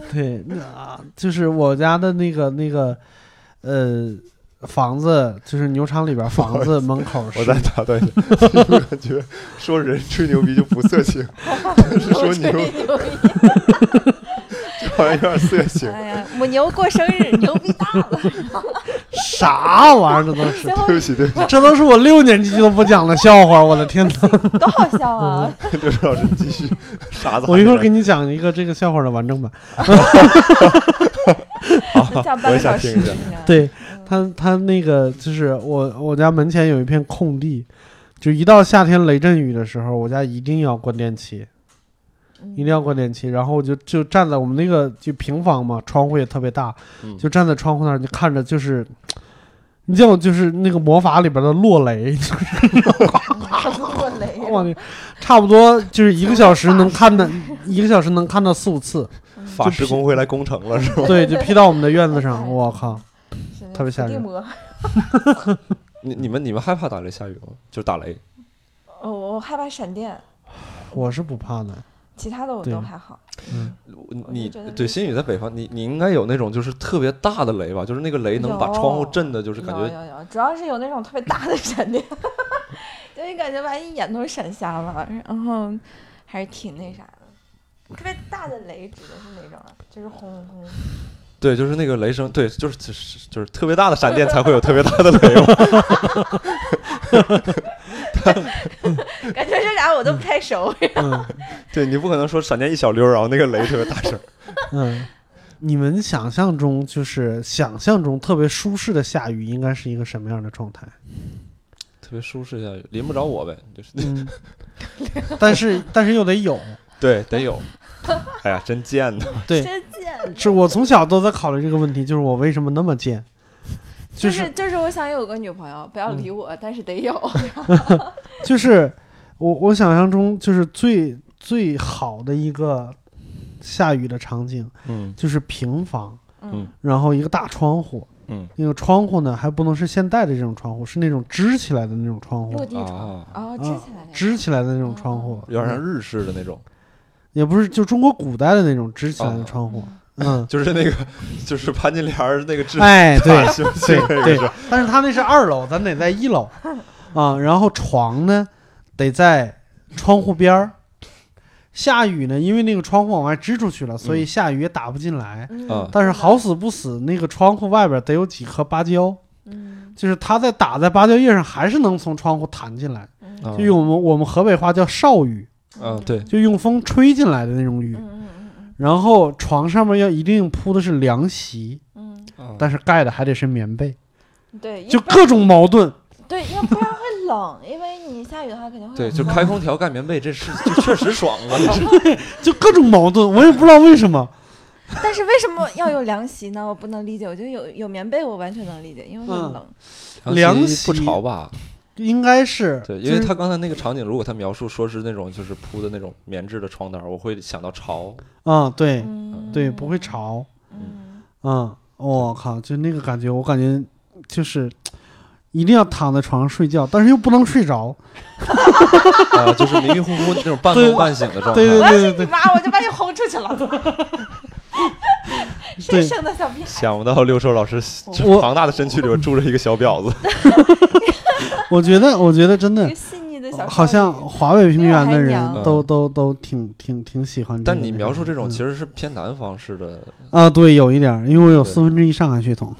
对，就是我家的那个房子，就是牛场里边房子门口是。 我再打断一下，我感觉说人吹牛逼就不色情，就是说牛这好像有点色情。 哎呀，母牛过生日，牛逼大了。 啥玩意儿？这都是。 对不起，对不起， 这都是我6年级就不讲的笑话，我的天哪！ 多好笑啊！ 刘老师继续。傻子。 我一会儿给你讲一个这个笑话的完整版。 好，我也想听一下。 对。他那个就是我家门前有一片空地，就一到夏天雷阵雨的时候，我家一定要关电器，一定要关电器。然后我就站在我们那个就平房嘛，窗户也特别大，就站在窗户那儿就看着，就是你见我就是那个魔法里边的落雷，就是落雷， 差不多就是1个小时能看到4、5次。 法师工会来攻城了是吧？ 对，就劈到我们的院子上，我靠！特别吓人。 你们害怕打雷下雨吗？就打雷。 我害怕闪电。 我是不怕的， 其他的我都还好。 你对新宇在北方，你应该有那种就是特别大的雷吧？就是那个雷能把窗户震的，就是感觉有，主要是有那种特别大的闪电，就你感觉把你眼都闪瞎了，然后还是挺那啥的。特别大的雷指的是哪种啊？就是轰轰。 对，就是那个雷声，对，就是特别大的闪电才会有特别大的雷嘛。 感觉这俩我都不太熟。 对，你不可能说闪电一小溜，然后那个雷特别大声。 你们想象中特别舒适的下雨，应该是一个什么样的状态？ 特别舒适下雨，淋不着我呗，就是。 但是又得有。 对，得有。哎呀，真贱的。 对， 真贱。 是我从小都在考虑这个问题，就是我为什么那么贱。 就是我想有个女朋友，不要理我，但是得有。 就是我想象中就是最好的一个下雨的场景，就是平房，然后一个大窗户，那个窗户呢还不能是现代的这种窗户，是那种支起来的那种窗户， 落地窗支起来的那种窗户， 有点像日式的那种， 也不是就中国古代的那种支起来的窗户。 就是那个，就是潘金莲那个哎，对，但是他那是2楼，咱得在1楼啊。然后床呢，得在窗户边儿。下雨呢，因为那个窗户往外支出去了，所以下雨也打不进来。但是好死不死，那个窗户外边得有几颗芭蕉，就是它打在芭蕉叶上，还是能从窗户弹进来。就用我们河北话叫少雨。 对， 就用风吹进来的那种雨。然后床上面一定铺的是凉席，但是盖的还得是棉被， 对， 就各种矛盾。 对，要不然会冷，因为你下雨的话肯定会。 对，就开空调盖棉被，这是就确实爽啊！ 对，就各种矛盾，我也不知道为什么。 但是为什么要有凉席呢？我不能理解。我觉得有棉被，我完全能理解，因为会冷。 凉席不潮吧？ 应该是对，因为他刚才那个场景，如果他描述说是那种就是铺的那种棉质的床单，我会想到潮。 对，对，不会潮。我靠，就那个感觉，我感觉就是一定要躺在床上睡觉，但是又不能睡着。 就是迷迷糊糊那种半梦半醒的状态。 对， 我要是你妈，我就把你轰出去了。谁生的小屁孩？ 想不到六兽老师庞大的身躯里边住着一个小婊子。 我觉得真的，好像华北平原的人都挺喜欢这个。 但你描述这种其实是偏南方式的对，有一点，因为我有1/4上海血统。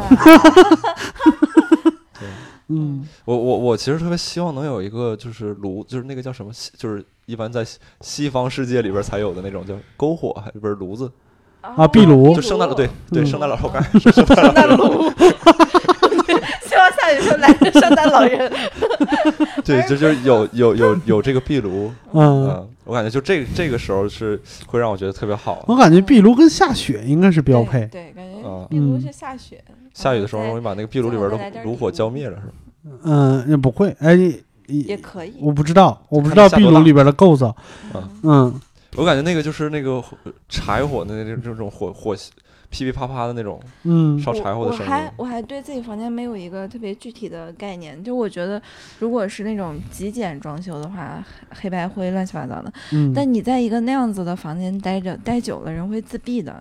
我其实特别希望能有一个就是就是那个叫什么，就是一般在西方世界里边才有的那种叫篝火，还不是炉子壁炉， 就圣诞对，圣诞老头干， 圣诞炉。希望下雨时候来个圣诞老人。 对，就是有这个壁炉。我感觉就这个时候是会让我觉得特别好。 我感觉壁炉跟下雪应该是标配。 对，感觉壁炉是下雪。 下雨的时候容易把那个壁炉里边的炉火浇灭了，是吧？ 也不会， 也可以。 我不知道壁炉里边的构造。 我感觉那个就是那个柴火的这种火噼噼啪啪的那种，烧柴火的声音。 我还对自己房间没有一个特别具体的概念，就我觉得如果是那种极简装修的话，黑白灰乱七八糟的，但你在一个那样子的房间待久了，人会自闭的。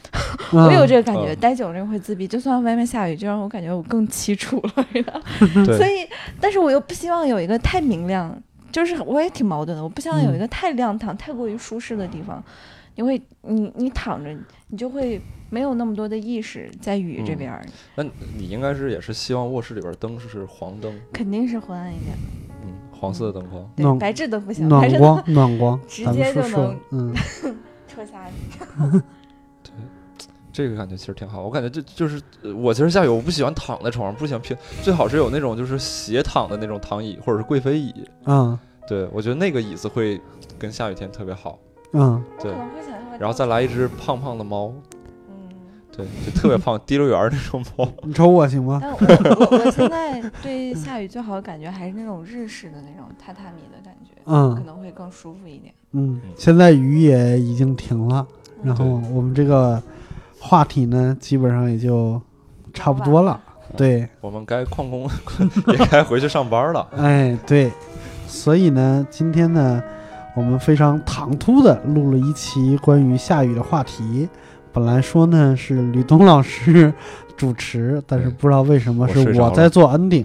我有这个感觉，待久了会自闭，就算外面下雨，就让我感觉我更凄楚了。所以，但是我又不希望有一个太明亮，就是我也挺矛盾的，我不希望有一个太亮堂、太过于舒适的地方。你躺着，你就会没有那么多的意识在雨这边。 那你应该也是希望卧室里边灯是黄灯， 肯定是昏暗一点。 黄色的灯光， 对，白炽灯不行， 暖光直接就能戳瞎你。 对，这个感觉其实挺好。我感觉就是我其实下雨我不喜欢躺在床上，不喜欢平，最好是有那种就是斜躺的那种躺椅或者是贵妃椅。对，我觉得那个椅子会跟下雨天特别好。对，然后再来一只胖胖的猫。对，就特别胖，滴溜圆那种猫。 你瞅我行吗？ 但我现在对下雨最好的感觉还是那种日式的那种榻榻米的感觉，可能会更舒服一点。 现在雨也已经停了，然后我们这个话题呢，基本上也就差不多了。对， 我们该旷工，也该回去上班了。 哎，对，所以呢，今天呢，我们非常唐突的录了一期关于下雨的话题。本来说呢是吕东老师主持，但是不知道为什么是我在做 ending。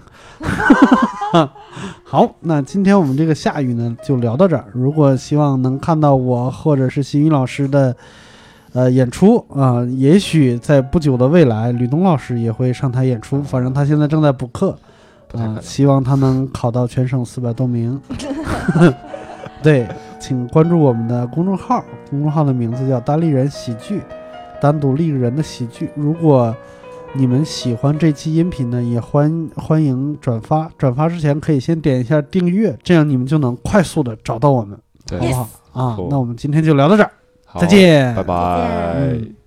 好，那今天我们这个下雨呢就聊到这儿。如果希望能看到我或者是新宇老师的演出也许在不久的未来吕东老师也会上台演出，反正他现在正在补课希望他能考到全省400多名。对，请关注我们的公众号，公众号的名字叫单立人喜剧，单独立人的喜剧。如果你们喜欢这期音频呢，也欢迎转发，转发之前可以先点一下订阅，这样你们就能快速的找到我们，好不好？那我们今天就聊到这儿，再见， 拜拜。